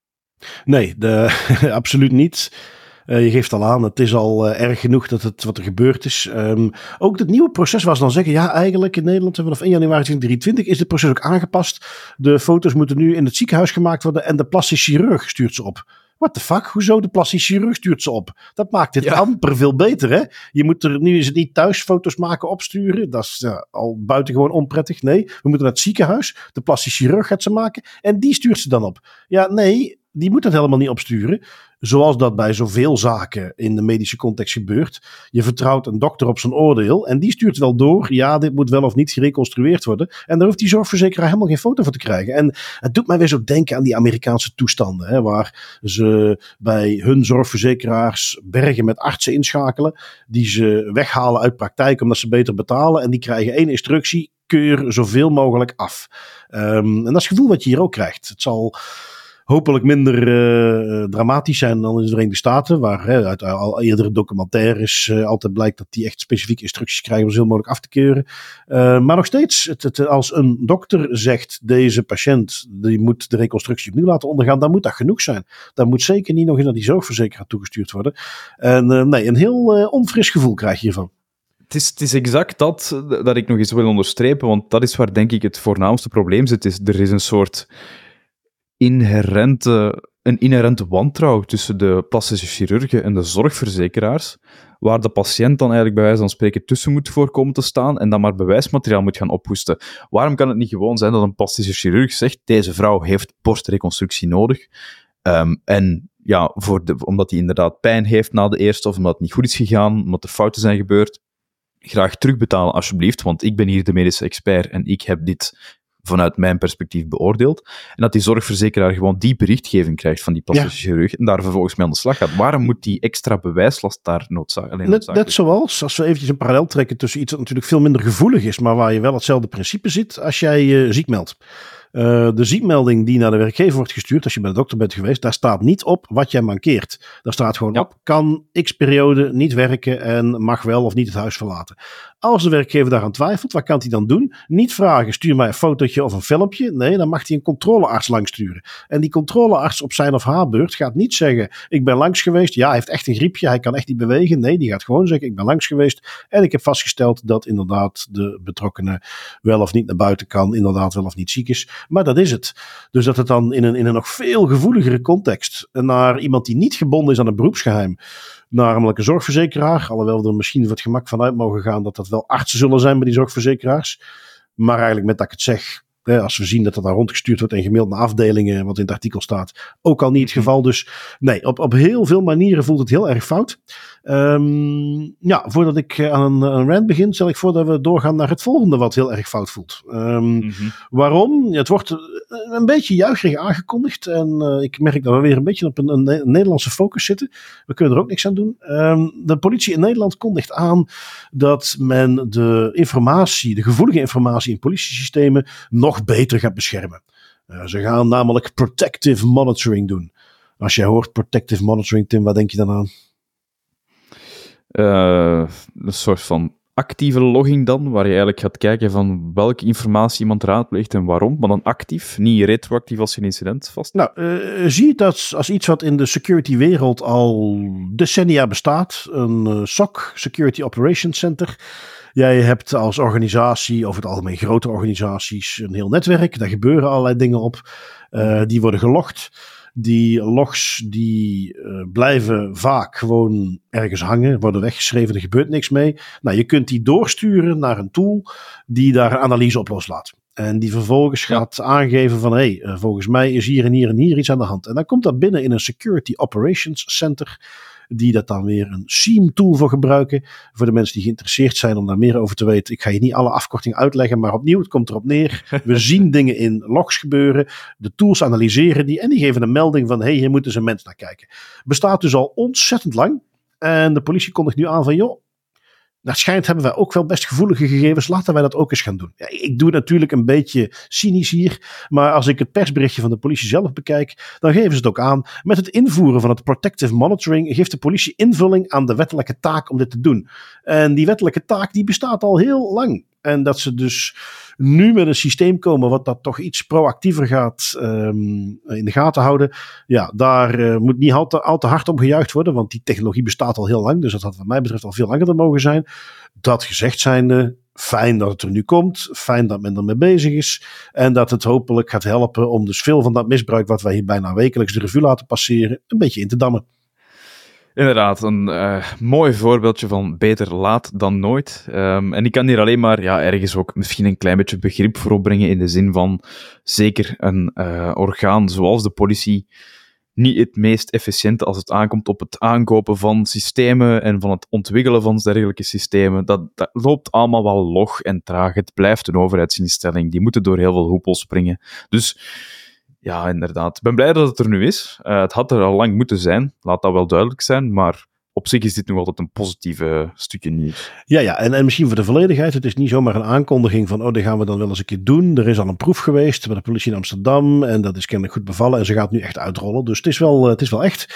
Nee, de, absoluut niet. Uh, je geeft al aan, het is al uh, erg genoeg dat het wat er gebeurd is. Um, ook het nieuwe proces waar ze dan zeggen, ja, eigenlijk in Nederland vanaf één januari tweeduizend drieëntwintig is dit proces ook aangepast. De foto's moeten nu in het ziekenhuis gemaakt worden en de plastisch chirurg stuurt ze op. What the fuck? Hoezo de plastisch chirurg stuurt ze op? Dat maakt het ja. amper veel beter, hè? Je moet er, nu is het niet thuis foto's maken, opsturen. Dat is uh, al buitengewoon onprettig. Nee, we moeten naar het ziekenhuis. De plastisch chirurg gaat ze maken en die stuurt ze dan op. Ja, nee, die moet het helemaal niet opsturen. Zoals dat bij zoveel zaken in de medische context gebeurt. Je vertrouwt een dokter op zijn oordeel en die stuurt wel door. Ja, dit moet wel of niet gereconstrueerd worden. En daar hoeft die zorgverzekeraar helemaal geen foto van te krijgen. En het doet mij weer zo denken aan die Amerikaanse toestanden. Hè, waar ze bij hun zorgverzekeraars bergen met artsen inschakelen. Die ze weghalen uit praktijk omdat ze beter betalen. En die krijgen één instructie. Keur zoveel mogelijk af. Um, en dat is het gevoel wat je hier ook krijgt. Het zal hopelijk minder uh, dramatisch zijn dan in de Verenigde Staten, waar hè, uit al eerdere documentaires uh, altijd blijkt dat die echt specifieke instructies krijgen om zoveel mogelijk af te keuren. Uh, maar nog steeds, het, het, als een dokter zegt, deze patiënt die moet de reconstructie opnieuw laten ondergaan, dan moet dat genoeg zijn. Dan moet zeker niet nog eens naar die zorgverzekeraar toegestuurd worden. En uh, nee, een heel uh, onfris gevoel krijg je hiervan. Het is, het is exact dat dat ik nog eens wil onderstrepen, want dat is waar denk ik het voornaamste probleem zit. Is, er is een soort inherente, een inherente wantrouwen tussen de plastische chirurgen en de zorgverzekeraars, waar de patiënt dan eigenlijk bij wijze van spreken tussen moet voorkomen te staan en dan maar bewijsmateriaal moet gaan ophoesten. Waarom kan het niet gewoon zijn dat een plastische chirurg zegt, deze vrouw heeft borstreconstructie nodig, um, en ja, voor de, omdat hij inderdaad pijn heeft na de eerste, of omdat het niet goed is gegaan, omdat er fouten zijn gebeurd, graag terugbetalen alsjeblieft, want ik ben hier de medische expert en ik heb dit vanuit mijn perspectief beoordeeld. En dat die zorgverzekeraar gewoon die berichtgeving krijgt van die plastische ja. chirurg en daar vervolgens mee aan de slag gaat. Waarom moet die extra bewijslast daar noodzakelijk? Net, net zoals, als we eventjes een parallel trekken tussen iets dat natuurlijk veel minder gevoelig is, maar waar je wel hetzelfde principe ziet, als jij je ziek meldt. Uh, de ziekmelding die naar de werkgever wordt gestuurd als je bij de dokter bent geweest, daar staat niet op wat jij mankeert. Daar staat gewoon ja. op, kan x periode niet werken en mag wel of niet het huis verlaten. Als de werkgever daaraan twijfelt, wat kan hij dan doen? Niet vragen, stuur mij een fotootje of een filmpje. Nee, dan mag hij een controlearts langsturen. En die controlearts op zijn of haar beurt gaat niet zeggen, ik ben langs geweest, ja, hij heeft echt een griepje, hij kan echt niet bewegen. Nee, die gaat gewoon zeggen, ik ben langs geweest en ik heb vastgesteld dat inderdaad de betrokkenen wel of niet naar buiten kan, inderdaad wel of niet ziek is. Maar dat is het. Dus dat het dan in een, in een nog veel gevoeligere context naar iemand die niet gebonden is aan het beroepsgeheim, namelijk een zorgverzekeraar, alhoewel we er misschien wat gemak van uit mogen gaan dat dat wel artsen zullen zijn bij die zorgverzekeraars. Maar eigenlijk met dat ik het zeg, hè, als we zien dat dat daar rondgestuurd wordt en gemaild naar afdelingen, wat in het artikel staat, ook al niet het geval. Dus nee, op, op heel veel manieren voelt het heel erg fout. Um, ja, voordat ik aan een, een rant begin, stel ik voor dat we doorgaan naar het volgende wat heel erg fout voelt. Um, mm-hmm. Waarom? Het wordt een beetje juicherig aangekondigd en uh, ik merk dat we weer een beetje op een, een, een Nederlandse focus zitten. We kunnen er ook niks aan doen. Um, de politie in Nederland kondigt aan dat men de informatie, de gevoelige informatie in politiesystemen nog beter gaat beschermen. Uh, ze gaan namelijk protective monitoring doen. Als jij hoort protective monitoring, Tim, wat denk je dan aan? Uh, een soort van actieve logging dan, waar je eigenlijk gaat kijken van welke informatie iemand raadpleegt en waarom, maar dan actief, niet retroactief als je een incident vast. Nou, uh, zie je dat als iets wat in de security wereld al decennia bestaat, een uh, S O C, Security Operations Center. Jij hebt als organisatie, over het algemeen grote organisaties, een heel netwerk, daar gebeuren allerlei dingen op, uh, die worden gelogd. Die logs die uh, blijven vaak gewoon ergens hangen, worden weggeschreven, er gebeurt niks mee. Nou, je kunt die doorsturen naar een tool die daar een analyse op loslaat. En die vervolgens ja. gaat aangeven van, hé, hey, uh, volgens mij is hier en hier en hier iets aan de hand. En dan komt dat binnen in een Security Operations Center. die dat dan weer een SIEM-tool voor gebruiken. Voor de mensen die geïnteresseerd zijn om daar meer over te weten. Ik ga je niet alle afkortingen uitleggen, maar opnieuw, het komt erop neer. We zien dingen in logs gebeuren. De tools analyseren die en die geven een melding van, hey, hier moeten ze een mens naar kijken. Bestaat dus al ontzettend lang. En de politie kondigt nu aan van, joh, naar het schijnt hebben wij ook wel best gevoelige gegevens. Laten wij dat ook eens gaan doen. Ja, ik doe natuurlijk een beetje cynisch hier. Maar als ik het persberichtje van de politie zelf bekijk, dan geven ze het ook aan. Met het invoeren van het protective monitoring geeft de politie invulling aan de wettelijke taak om dit te doen. En die wettelijke taak die bestaat al heel lang. En dat ze dus nu met een systeem komen wat dat toch iets proactiever gaat um, in de gaten houden. Ja, daar uh, moet niet al te, al te hard om gejuicht worden, want die technologie bestaat al heel lang. Dus dat had wat mij betreft al veel langer dan mogen zijn. Dat gezegd zijnde, fijn dat het er nu komt. Fijn dat men ermee bezig is. En dat het hopelijk gaat helpen om dus veel van dat misbruik wat wij hier bijna wekelijks de revue laten passeren, een beetje in te dammen. Inderdaad, een uh, mooi voorbeeldje van beter laat dan nooit. Um, en ik kan hier alleen maar ja, ergens ook misschien een klein beetje begrip voor opbrengen in de zin van zeker een uh, orgaan zoals de politie niet het meest efficiënte als het aankomt op het aankopen van systemen en van het ontwikkelen van dergelijke systemen. Dat, dat loopt allemaal wel log en traag. Het blijft een overheidsinstelling. Die moeten door heel veel hoepels springen. Dus ja, inderdaad. Ik ben blij dat het er nu is. Uh, het had er al lang moeten zijn. Laat dat wel duidelijk zijn. Maar op zich is dit nu altijd een positieve stukje nieuws. Ja, ja. En, en misschien voor de volledigheid. Het is niet zomaar een aankondiging van, oh, dat gaan we dan wel eens een keer doen. Er is al een proef geweest bij de politie in Amsterdam. En dat is kennelijk goed bevallen. En ze gaat nu echt uitrollen. Dus het is wel, het is wel echt.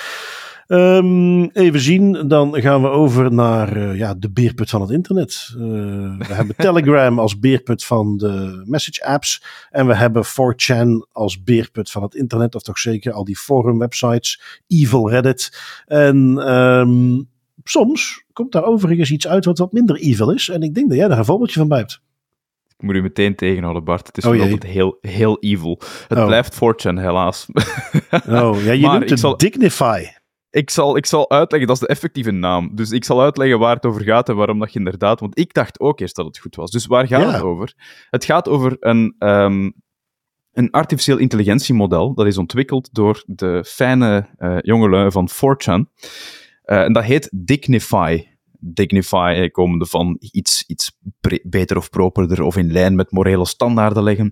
Um, even zien, dan gaan we over naar uh, ja, de beerput van het internet. Uh, we hebben Telegram als beerput van de message apps. En we hebben four chan als beerput van het internet. Of toch zeker al die forum websites. Evil Reddit. En um, soms komt daar overigens iets uit wat wat minder evil is. En ik denk dat jij daar een voorbeeldje van bij hebt. Ik moet u meteen tegenhouden, Bart. Het is oh, wel altijd heel, heel evil. Het oh. blijft four chan, helaas. Oh, ja, je maar noemt het zal... Dignify. Ik zal, ik zal uitleggen, dat is de effectieve naam. Dus ik zal uitleggen waar het over gaat en waarom dat je inderdaad... Want ik dacht ook eerst dat het goed was. Dus waar gaat ja. het over? Het gaat over een, um, een artificieel intelligentiemodel dat is ontwikkeld door de fijne uh, jongelui van four chan. Uh, en dat heet Dignify. Dignify, komende van iets, iets pre- beter of properder of in lijn met morele standaarden leggen.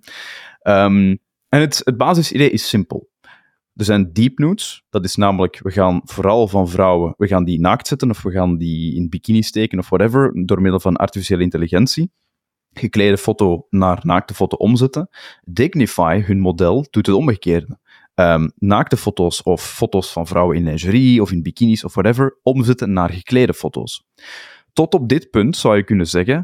Um, en het, het basisidee is simpel. Er zijn deep nudes, dat is namelijk, we gaan vooral van vrouwen, we gaan die naakt zetten of we gaan die in bikini steken of whatever, door middel van artificiële intelligentie, geklede foto naar naakte foto omzetten. Dignify, hun model, doet het omgekeerde. Um, naakte foto's of foto's van vrouwen in lingerie of in bikinis of whatever, omzetten naar geklede foto's. Tot op dit punt zou je kunnen zeggen,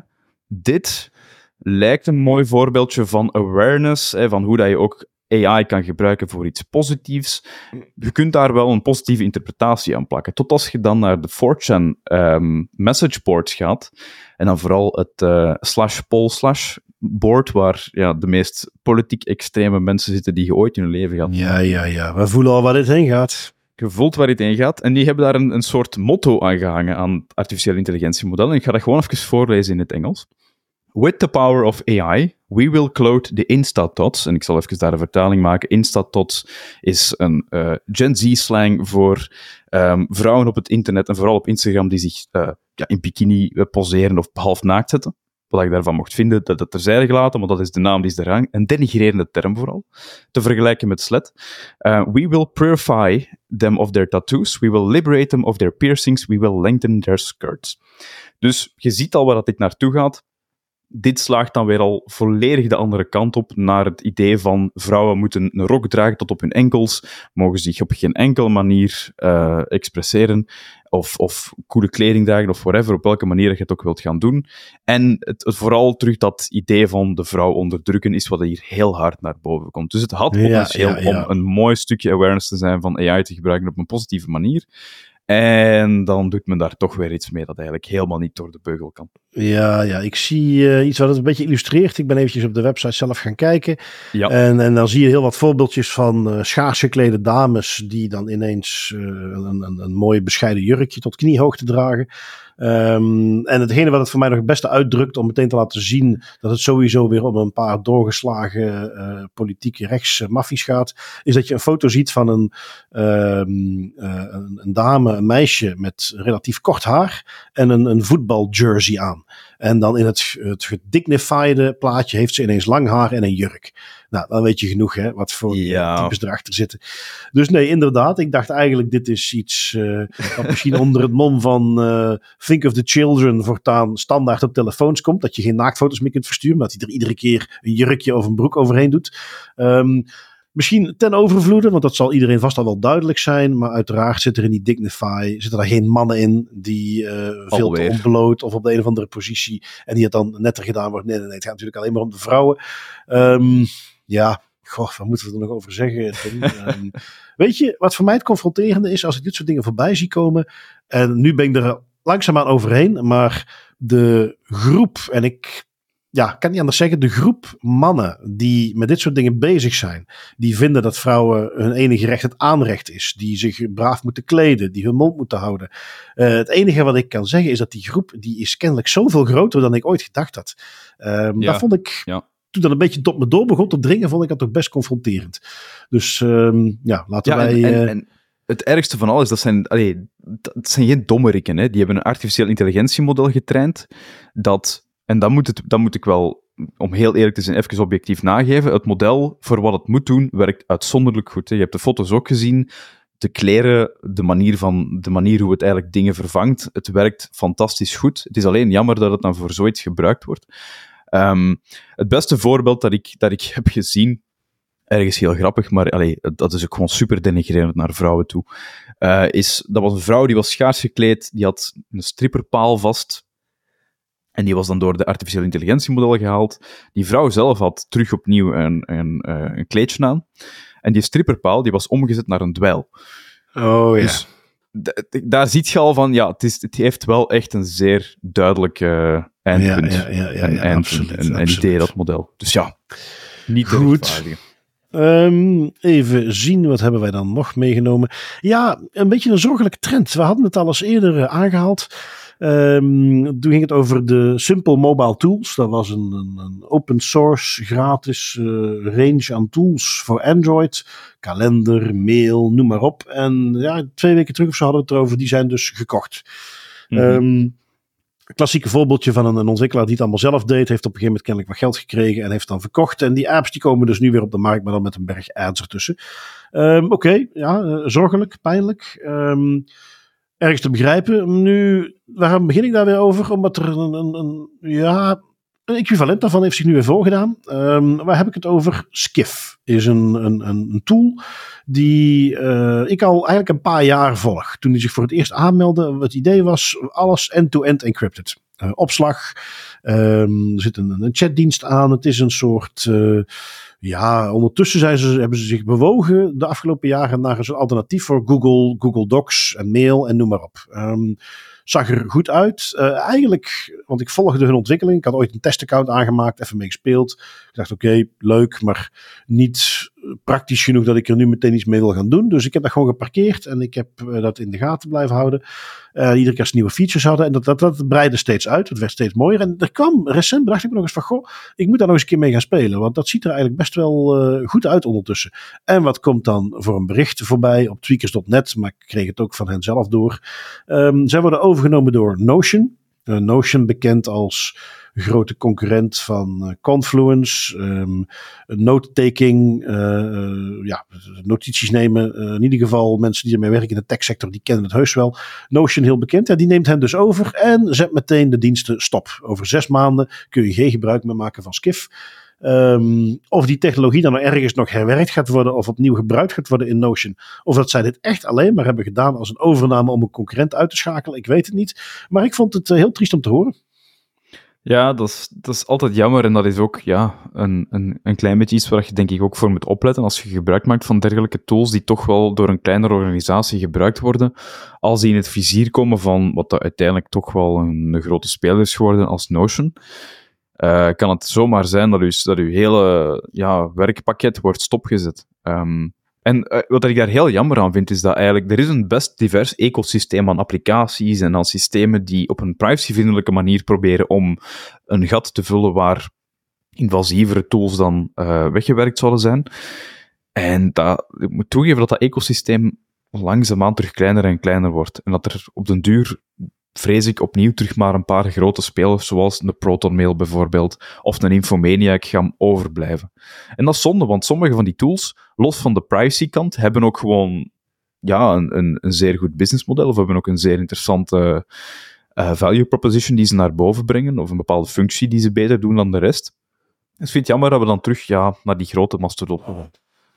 dit lijkt een mooi voorbeeldje van awareness, hè, van hoe dat je ook A I kan gebruiken voor iets positiefs. Je kunt daar wel een positieve interpretatie aan plakken. Tot als je dan naar de four chan um, message boards gaat, en dan vooral het uh, slash poll slash board, waar ja, de meest politiek extreme mensen zitten die je ooit in hun leven gaat. Ja, ja, ja. We voelen al waar dit heen gaat. Je voelt waar dit heen gaat. En die hebben daar een, een soort motto aan gehangen aan het artificiële intelligentiemodel. En ik ga dat gewoon even voorlezen in het Engels. With the power of A I, we will clothe the Instatots. En ik zal even daar een vertaling maken. Instatots is een uh, Gen Z-slang voor um, vrouwen op het internet en vooral op Instagram die zich uh, ja, in bikini poseren of half naakt zetten. Wat ik daarvan mocht vinden, dat het terzijde gelaten, maar dat is de naam die is er aan. Een denigrerende term vooral. Te vergelijken met slet. Uh, we will purify them of their tattoos. We will liberate them of their piercings. We will lengthen their skirts. Dus je ziet al waar dat dit naartoe gaat. Dit slaagt dan weer al volledig de andere kant op, naar het idee van vrouwen moeten een rok dragen tot op hun enkels, mogen zich op geen enkele manier uh, expresseren, of, of coole kleding dragen, of whatever, op welke manier je het ook wilt gaan doen. En het, het vooral terug dat idee van de vrouw onderdrukken is wat hier heel hard naar boven komt. Dus het had potentieel ja, ja, ja. om een mooi stukje awareness te zijn van A I te gebruiken op een positieve manier. En dan doet men daar toch weer iets mee dat eigenlijk helemaal niet door de beugel kan. Ja, ja, ik zie uh, iets wat het een beetje illustreert. Ik ben eventjes op de website zelf gaan kijken. Ja. En, en dan zie je heel wat voorbeeldjes van uh, schaars geklede dames die dan ineens uh, een, een, een mooi bescheiden jurkje tot kniehoogte dragen. Um, en hetgene wat het voor mij nog het beste uitdrukt om meteen te laten zien dat het sowieso weer om een paar doorgeslagen uh, politieke rechts uh, maffies gaat, is dat je een foto ziet van een, um, uh, een, een dame een meisje met relatief kort haar en een, een voetbaljersey aan. En dan in het, het gedignifiede plaatje heeft ze ineens lang haar en een jurk. Nou, dan weet je genoeg, hè, wat voor ja. types erachter zitten. Dus nee, inderdaad, ik dacht eigenlijk dit is iets uh, wat misschien onder het mom van uh, Think of the Children voortaan standaard op telefoons komt. Dat je geen naaktfoto's meer kunt versturen, maar dat hij er iedere keer een jurkje of een broek overheen doet. Um, Misschien ten overvloede, want dat zal iedereen vast al wel duidelijk zijn. Maar uiteraard zit er in die Dignify, zitten daar geen mannen in die uh, veel te ontbloot of op de een of andere positie. En die het dan netter gedaan wordt. Nee, nee, nee, het gaat natuurlijk alleen maar om de vrouwen. Um, ja, goh, wat moeten we er nog over zeggen? um, weet je, wat voor mij het confronterende is als ik dit soort dingen voorbij zie komen. En nu ben ik er langzaamaan overheen, maar de groep, en ik... Ja, kan niet anders zeggen, de groep mannen die met dit soort dingen bezig zijn, die vinden dat vrouwen hun enige recht het aanrecht is, die zich braaf moeten kleden, die hun mond moeten houden. Uh, het enige wat ik kan zeggen is dat die groep, die is kennelijk zoveel groter dan ik ooit gedacht had. Um, ja, dat vond ik, ja. Toen dat een beetje tot me door begon te dringen, vond ik dat toch best confronterend. Dus um, ja, laten ja, wij... En, en, uh, en het ergste van alles, dat zijn, allee, dat zijn geen dommerikken, hè. Die hebben een artificieel intelligentiemodel getraind, dat... En dan moet, het, dan moet ik wel, om heel eerlijk te zijn, even objectief nageven. Het model, voor wat het moet doen, werkt uitzonderlijk goed. Hè. Je hebt de foto's ook gezien. De kleren, de manier, van, de manier hoe het eigenlijk dingen vervangt. Het werkt fantastisch goed. Het is alleen jammer dat het dan voor zoiets gebruikt wordt. Um, het beste voorbeeld dat ik, dat ik heb gezien, ergens heel grappig, maar allee, dat is ook gewoon super denigrerend naar vrouwen toe, uh, is, dat was een vrouw die was schaars gekleed, die had een stripperpaal vast. En die was dan door de artificiële intelligentiemodel gehaald. Die vrouw zelf had terug opnieuw een, een, uh, een kleedje aan. En die stripperpaal die was omgezet naar een dweil. Oh ja. Dus d- d- daar ziet je al van, ja, het, is, het heeft wel echt een zeer duidelijk uh, eindpunt. Ja, ja, ja, ja, ja, en, ja, en, absoluut, en, en absoluut. idee, dat model. Dus ja, niet te goed. rechtvaardigen. Um, even zien, wat hebben wij dan nog meegenomen? Ja, een beetje een zorgelijke trend. We hadden het al eens eerder uh, aangehaald. Um, toen ging het over de Simple Mobile Tools. Dat was een, een, een open source, gratis uh, range aan tools voor Android. Kalender, mail, noem maar op. En ja, twee weken terug of zo hadden we het erover. Die zijn dus gekocht. Mm-hmm. Um, klassieke voorbeeldje van een, een ontwikkelaar die het allemaal zelf deed. Heeft op een gegeven moment kennelijk wat geld gekregen en heeft dan verkocht. En die apps die komen dus nu weer op de markt, maar dan met een berg ads ertussen. Um, Oké, okay, ja, uh, zorgelijk, pijnlijk. Um, ergens te begrijpen. Nu, waarom begin ik daar weer over? Omdat er een, een, een, ja, een equivalent daarvan heeft zich nu weer voorgedaan. Um, waar heb ik het over? Skiff is een, een, een tool die uh, ik al eigenlijk een paar jaar volg. Toen hij zich voor het eerst aanmeldde, het idee was alles end-to-end encrypted. Uh, opslag, um, er zit een, een chatdienst aan. Het is een soort... Uh, Ja, ondertussen zijn ze, hebben ze zich bewogen de afgelopen jaren naar een alternatief voor Google, Google Docs en mail en noem maar op. Um, zag er goed uit. Uh, eigenlijk, want ik volgde hun ontwikkeling. Ik had ooit een testaccount aangemaakt, even mee gespeeld. Ik dacht, oké, okay, leuk, maar niet praktisch genoeg dat ik er nu meteen iets mee wil gaan doen. Dus ik heb dat gewoon geparkeerd en ik heb uh, dat in de gaten blijven houden. Uh, iedere keer als ze nieuwe features hadden. En dat, dat, dat breidde steeds uit. Het werd steeds mooier. En er kwam, recent bedacht ik me nog eens van, goh, ik moet daar nog eens een keer mee gaan spelen. Want dat ziet er eigenlijk best wel uh, goed uit ondertussen. En wat komt dan voor een bericht voorbij op tweakers punt net. Maar ik kreeg het ook van hen zelf door. Um, zij worden overgenomen door Notion. Uh, Notion bekend als grote concurrent van uh, Confluence, um, note-taking, uh, uh, ja, notities nemen. Uh, in ieder geval mensen die ermee werken in de techsector, die kennen het heus wel. Notion heel bekend. Ja, die neemt hen dus over en zet meteen de diensten stop. Over zes maanden kun je geen gebruik meer maken van Skiff. Um, of die technologie dan ergens nog herwerkt gaat worden of opnieuw gebruikt gaat worden in Notion. Of dat zij dit echt alleen maar hebben gedaan als een overname om een concurrent uit te schakelen. Ik weet het niet. Maar ik vond het uh, heel triest om te horen. Ja, dat is, dat is altijd jammer en dat is ook ja, een, een, een klein beetje iets waar je denk ik ook voor moet opletten als je gebruik maakt van dergelijke tools die toch wel door een kleinere organisatie gebruikt worden. Als die in het vizier komen van wat dat uiteindelijk toch wel een, een grote speler is geworden als Notion. Uh, kan het zomaar zijn dat, u, dat uw hele ja, werkpakket wordt stopgezet. Um, en uh, wat ik daar heel jammer aan vind, is dat eigenlijk er is een best divers ecosysteem aan applicaties en aan systemen die op een privacyvriendelijke manier proberen om een gat te vullen waar invasievere tools dan uh, weggewerkt zouden zijn. En dat, ik moet toegeven dat dat ecosysteem langzaamaan terug kleiner en kleiner wordt. En dat er op den duur, vrees ik, opnieuw terug maar een paar grote spelers, zoals de Proton Mail bijvoorbeeld, of een Infomaniac, gaan overblijven. En dat is zonde, want sommige van die tools, los van de privacy-kant, hebben ook gewoon ja, een, een, een zeer goed businessmodel, of hebben ook een zeer interessante uh, value proposition die ze naar boven brengen, of een bepaalde functie die ze beter doen dan de rest. Dus ik vind het jammer dat we dan terug ja, naar die grote mastodon gaan.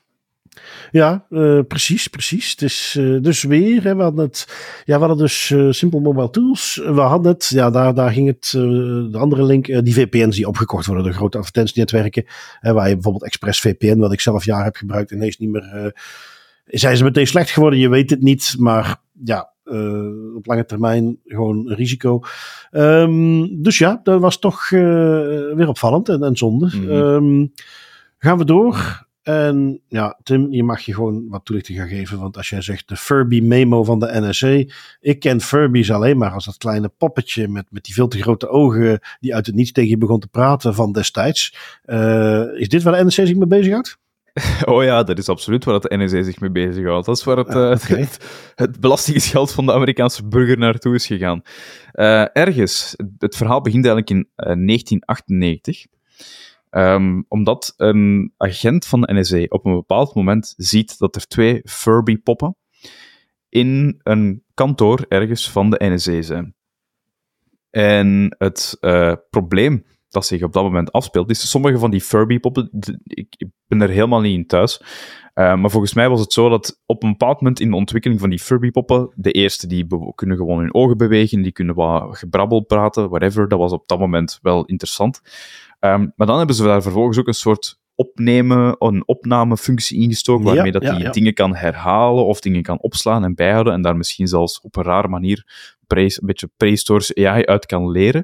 Ja, uh, precies, precies. Het is uh, dus weer, hè, we hadden het, ja, we hadden dus uh, Simple Mobile Tools. We hadden het, ja, daar, daar ging het, uh, de andere link, uh, die V P N's die opgekocht worden, de grote advertentienetwerken, hè, waar je bijvoorbeeld ExpressVPN, wat ik zelf jaar heb gebruikt, ineens niet meer, uh, zijn ze meteen slecht geworden, je weet het niet, maar ja, uh, op lange termijn gewoon een risico. Um, dus ja, dat was toch uh, weer opvallend en, en zonde. Mm-hmm. Um, gaan we door. En ja, Tim, je mag je gewoon wat toelichting gaan geven, want als jij zegt de Furby memo van de N S A, ik ken Furby's alleen maar als dat kleine poppetje met, met die veel te grote ogen die uit het niets tegen je begon te praten van destijds. Uh, is dit waar de N S A zich mee bezighoudt? Oh ja, dat is absoluut waar de N S A zich mee bezighoudt. Dat is waar het, ah, okay. uh, het, het belastinggeld van de Amerikaanse burger naartoe is gegaan. Uh, ergens, het verhaal begint eigenlijk in uh, negentien achtennegentig. Um, omdat een agent van de N S A op een bepaald moment ziet dat er twee Furby-poppen in een kantoor ergens van de N S A zijn. En het uh, probleem dat zich op dat moment afspeelt, is sommige van die Furby-poppen, ik, ik ben er helemaal niet in thuis, uh, maar volgens mij was het zo dat op een bepaald moment in de ontwikkeling van die Furby-poppen, de eerste die be- kunnen gewoon hun ogen bewegen, die kunnen wat gebrabbel praten, whatever, dat was op dat moment wel interessant. Um, maar dan hebben ze daar vervolgens ook een soort opnemen, een opnamefunctie ingestoken, waarmee ja, dat ja, die ja. dingen kan herhalen of dingen kan opslaan en bijhouden en daar misschien zelfs op een rare manier pre- een beetje prehistorische A I uit kan leren.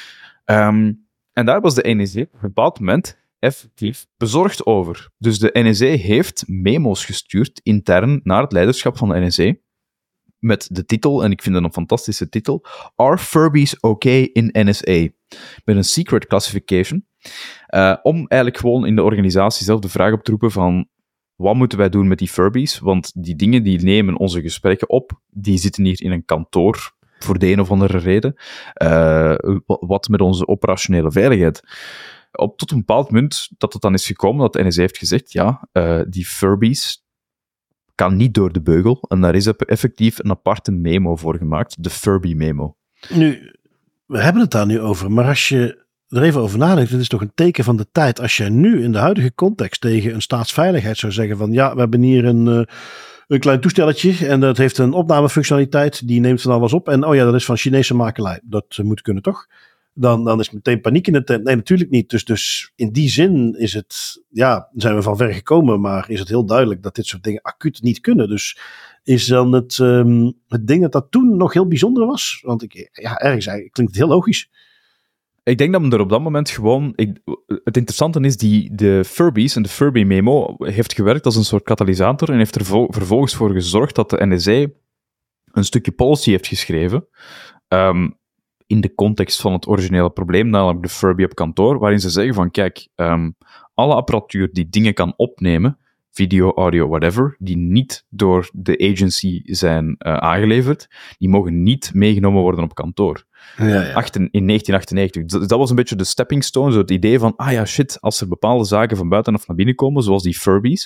Um, en daar was de N S A op een bepaald moment effectief bezorgd over. Dus de N S A heeft memo's gestuurd intern naar het leiderschap van de N S A met de titel, en ik vind dat een fantastische titel, Are Furbies Okay in N S A? Met een secret classification, uh, om eigenlijk gewoon in de organisatie zelf de vraag op te roepen van wat moeten wij doen met die Furbies? Want die dingen die nemen onze gesprekken op, die zitten hier in een kantoor voor de een of andere reden. Uh, wat met onze operationele veiligheid? Op tot een bepaald punt dat het dan is gekomen dat de N S A heeft gezegd, ja, uh, die Furbies kan niet door de beugel. En daar is effectief een aparte memo voor gemaakt, de Furby-memo. Nu, we hebben het daar nu over, maar als je er even over nadenkt, het is toch een teken van de tijd. Als je nu in de huidige context tegen een staatsveiligheid zou zeggen van ja, we hebben hier een, uh, een klein toestelletje en dat heeft een opnamefunctionaliteit, die neemt van alles op en oh ja, dat is van Chinese makelij. Dat uh, moet kunnen toch? Dan, dan is meteen paniek in de tent. Nee, natuurlijk niet. Dus, dus in die zin is het, ja, zijn we van ver gekomen, maar is het heel duidelijk dat dit soort dingen acuut niet kunnen. Dus is dan het, um, het ding dat dat toen nog heel bijzonder was? Want ik, ja, ergens klinkt het heel logisch. Ik denk dat men er op dat moment gewoon... Ik, het interessante is, die, de Furbies en de Furby-memo heeft gewerkt als een soort katalysator en heeft er vo- vervolgens voor gezorgd dat de N S A een stukje policy heeft geschreven, um, in de context van het originele probleem, namelijk de Furby op kantoor, waarin ze zeggen van, kijk, um, alle apparatuur die dingen kan opnemen, video, audio, whatever, die niet door de agency zijn uh, aangeleverd, die mogen niet meegenomen worden op kantoor. Ja, ja. Achten, in negentien achtennegentig. Dat, dat was een beetje de stepping stone, zo het idee van, ah ja, shit, als er bepaalde zaken van buitenaf naar binnen komen, zoals die Furbies,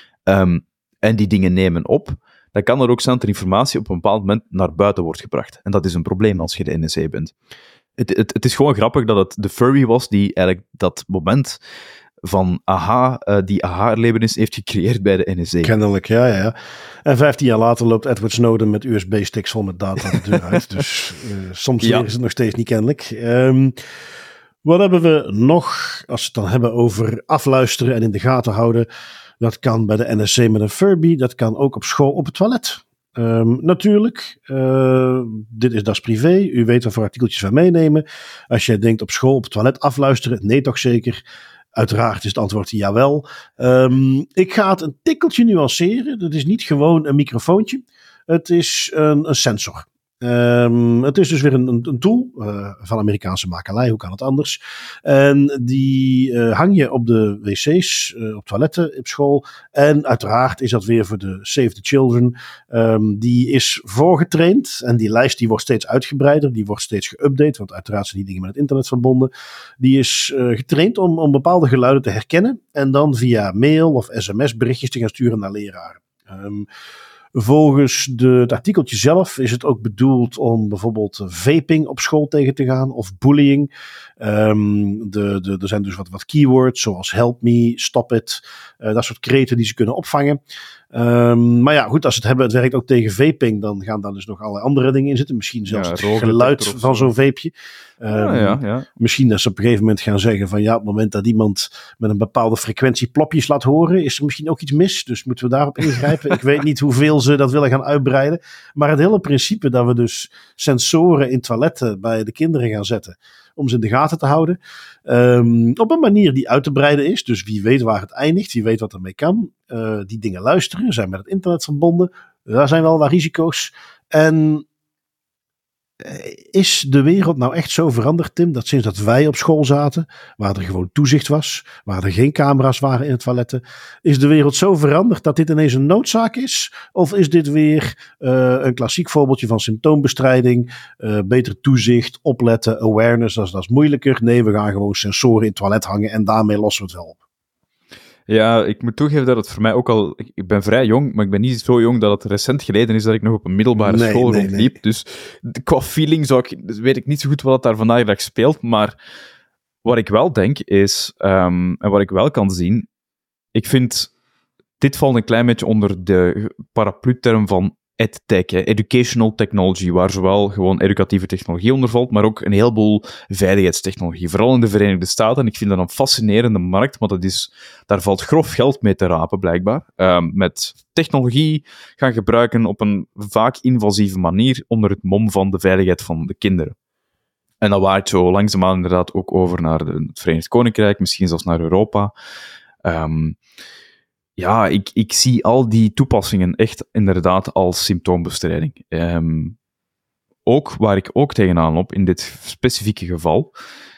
um, en die dingen nemen op, dan kan er ook zijn dat er informatie op een bepaald moment naar buiten wordt gebracht. En dat is een probleem als je de N S A bent. Het, het, het is gewoon grappig dat het de Furby was die eigenlijk dat moment van aha, uh, die aha-erlevenis heeft gecreëerd bij de N S A. Kennelijk, ja, ja, ja. En vijftien jaar later loopt Edward Snowden met U S B-sticks vol met data de deur uit. Dus uh, soms ja. is het nog steeds niet kennelijk. Um, wat hebben we nog, als we het dan hebben over afluisteren en in de gaten houden? Dat kan bij de N S A met een Furby, dat kan ook op school op het toilet. Um, natuurlijk, uh, dit is das privé. U weet wat voor artikeltjes wij meenemen. Als jij denkt op school op het toilet afluisteren, nee toch zeker. Uiteraard is het antwoord jawel. Um, ik ga het een tikkeltje nuanceren. Het is niet gewoon een microfoontje. Het is een, een sensor. Um, het is dus weer een, een tool uh, van Amerikaanse makelij, hoe kan het anders? En die uh, hang je op de wc's, uh, op toiletten op school. En uiteraard is dat weer voor de Save the Children. Um, die is voorgetraind en die lijst die wordt steeds uitgebreider, die wordt steeds geüpdate, want uiteraard zijn die dingen met het internet verbonden. Die is uh, getraind om, om bepaalde geluiden te herkennen en dan via mail of sms berichtjes te gaan sturen naar leraren. Um, Volgens de, het artikeltje zelf is het ook bedoeld om bijvoorbeeld vaping op school tegen te gaan of bullying. Um, de, de, er zijn dus wat, wat keywords zoals help me, stop it, uh, dat soort kreten die ze kunnen opvangen. Um, maar ja, goed, als ze het hebben, het werkt ook tegen vaping, dan gaan daar dus nog allerlei andere dingen in zitten. Misschien zelfs ja, het geluid van zo'n vapeje. Um, ja, ja, ja. Misschien dat ze op een gegeven moment gaan zeggen van ja, op het moment dat iemand met een bepaalde frequentie plopjes laat horen, is er misschien ook iets mis. Dus moeten we daarop ingrijpen. Ik weet niet hoeveel ze dat willen gaan uitbreiden. Maar het hele principe dat we dus sensoren in toiletten bij de kinderen gaan zetten, om ze in de gaten te houden. Um, op een manier die uit te breiden is. Dus wie weet waar het eindigt. Wie weet wat ermee kan. Uh, die dingen luisteren. Zijn met het internet verbonden. Daar zijn wel wat risico's. En is de wereld nou echt zo veranderd, Tim, dat sinds dat wij op school zaten, waar er gewoon toezicht was, waar er geen camera's waren in het toiletten, is de wereld zo veranderd dat dit ineens een noodzaak is? Of is dit weer uh, een klassiek voorbeeldje van symptoombestrijding, uh, beter toezicht, opletten, awareness, dat is, dat is moeilijker. Nee, we gaan gewoon sensoren in het toilet hangen en daarmee lossen we het wel op. Ja, ik moet toegeven dat het voor mij ook al... Ik ben vrij jong, maar ik ben niet zo jong dat het recent geleden is dat ik nog op een middelbare nee, school nee, rondliep. Nee. Dus qua feeling zou ik, weet ik niet zo goed wat daar vandaag de dag speelt. Maar wat ik wel denk is, um, en wat ik wel kan zien, ik vind... Dit valt een klein beetje onder de paraplu-term van EdTech, hè, Educational Technology, waar zowel gewoon educatieve technologie onder valt, maar ook een heleboel veiligheidstechnologie, vooral in de Verenigde Staten. En ik vind dat een fascinerende markt, want dat is, daar valt grof geld mee te rapen, blijkbaar. Um, met technologie gaan gebruiken op een vaak invasieve manier onder het mom van de veiligheid van de kinderen. En dat waait zo langzaamaan inderdaad ook over naar de, het Verenigd Koninkrijk, misschien zelfs naar Europa. Um, Ja, ik, ik zie al die toepassingen echt inderdaad als symptoombestrijding. Um, ook waar ik ook tegenaan loop in dit specifieke geval,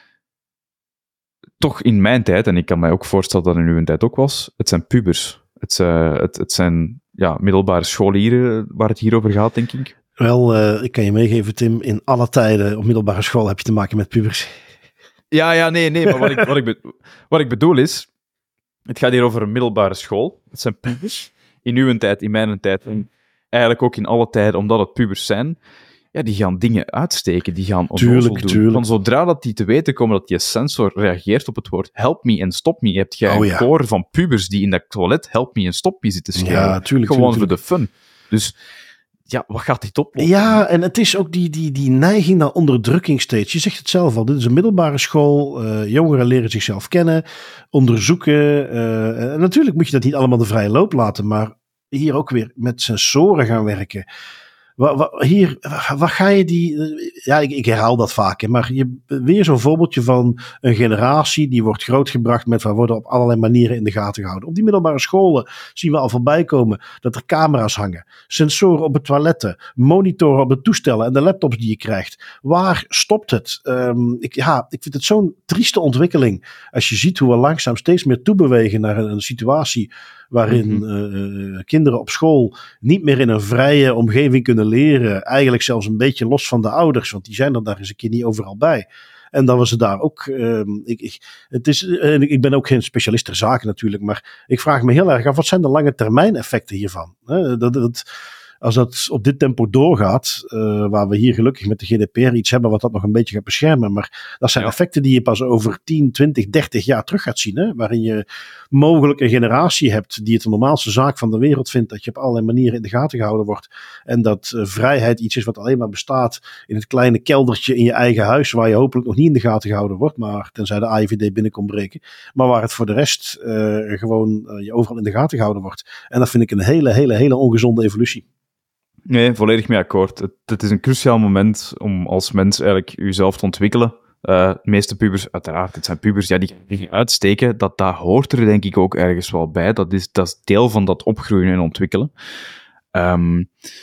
toch in mijn tijd, en ik kan mij ook voorstellen dat in uw tijd ook was, het zijn pubers. Het, uh, het, het zijn ja, middelbare scholieren waar het hier over gaat, denk ik. Wel, uh, ik kan je meegeven, Tim, in alle tijden op middelbare school heb je te maken met pubers. Ja, ja, nee, nee, maar wat ik, wat ik, be- wat ik bedoel is, het gaat hier over een middelbare school. Het zijn pubers. In uw tijd, in mijn tijd, en eigenlijk ook in alle tijden, omdat het pubers zijn, ja, die gaan dingen uitsteken, die gaan onnozel doen. Tuurlijk. Van zodra dat die te weten komen dat die sensor reageert op het woord help me en stop me, heb je oh, een ja. koor van pubers die in dat toilet help me en stop me zitten schrijven. Ja, tuurlijk, Gewoon tuurlijk. voor de fun. Dus ja, wat gaat dit oplossen? Ja, en het is ook die, die, die neiging naar onderdrukking steeds. Je zegt het zelf al, dit is een middelbare school. Uh, jongeren leren zichzelf kennen, onderzoeken. Uh, en natuurlijk moet je dat niet allemaal de vrije loop laten, maar hier ook weer met sensoren gaan werken. Wa, wa, hier, waar ga je die... Ja, ik, ik herhaal dat vaak, hè, maar je, weer zo'n voorbeeldje van een generatie die wordt grootgebracht met waar worden op allerlei manieren in de gaten gehouden. Op die middelbare scholen zien we al voorbij komen dat er camera's hangen, sensoren op de toiletten, monitoren op de toestellen en de laptops die je krijgt. Waar stopt het? Um, ik, ja, ik vind het zo'n trieste ontwikkeling als je ziet hoe we langzaam steeds meer toebewegen naar een, een situatie waarin mm-hmm. uh, kinderen op school niet meer in een vrije omgeving kunnen leren. Eigenlijk zelfs een beetje los van de ouders, want die zijn er daar eens een keer niet overal bij. En dat we ze daar ook... Uh, ik, ik, het is, uh, ik ben ook geen specialist ter zake natuurlijk, maar ik vraag me heel erg af, wat zijn de lange termijn effecten hiervan? Uh, dat... dat Als dat op dit tempo doorgaat, uh, waar we hier gelukkig met de G D P R iets hebben wat dat nog een beetje gaat beschermen, maar dat zijn ja. effecten die je pas over tien, twintig, dertig jaar terug gaat zien, hè? Waarin je mogelijk een generatie hebt die het de normaalste zaak van de wereld vindt, dat je op allerlei manieren in de gaten gehouden wordt en dat uh, vrijheid iets is wat alleen maar bestaat in het kleine keldertje in je eigen huis, waar je hopelijk nog niet in de gaten gehouden wordt, maar tenzij de A I V D binnenkomt breken, maar waar het voor de rest uh, gewoon uh, je overal in de gaten gehouden wordt. En dat vind ik een hele, hele, hele ongezonde evolutie. Nee, volledig mee akkoord. Het, het is een cruciaal moment om als mens eigenlijk jezelf te ontwikkelen. Uh, de meeste pubers, uiteraard, het zijn pubers, ja, die gaan uitsteken. Dat, dat hoort er denk ik ook ergens wel bij. Dat is, dat is deel van dat opgroeien en ontwikkelen. Um,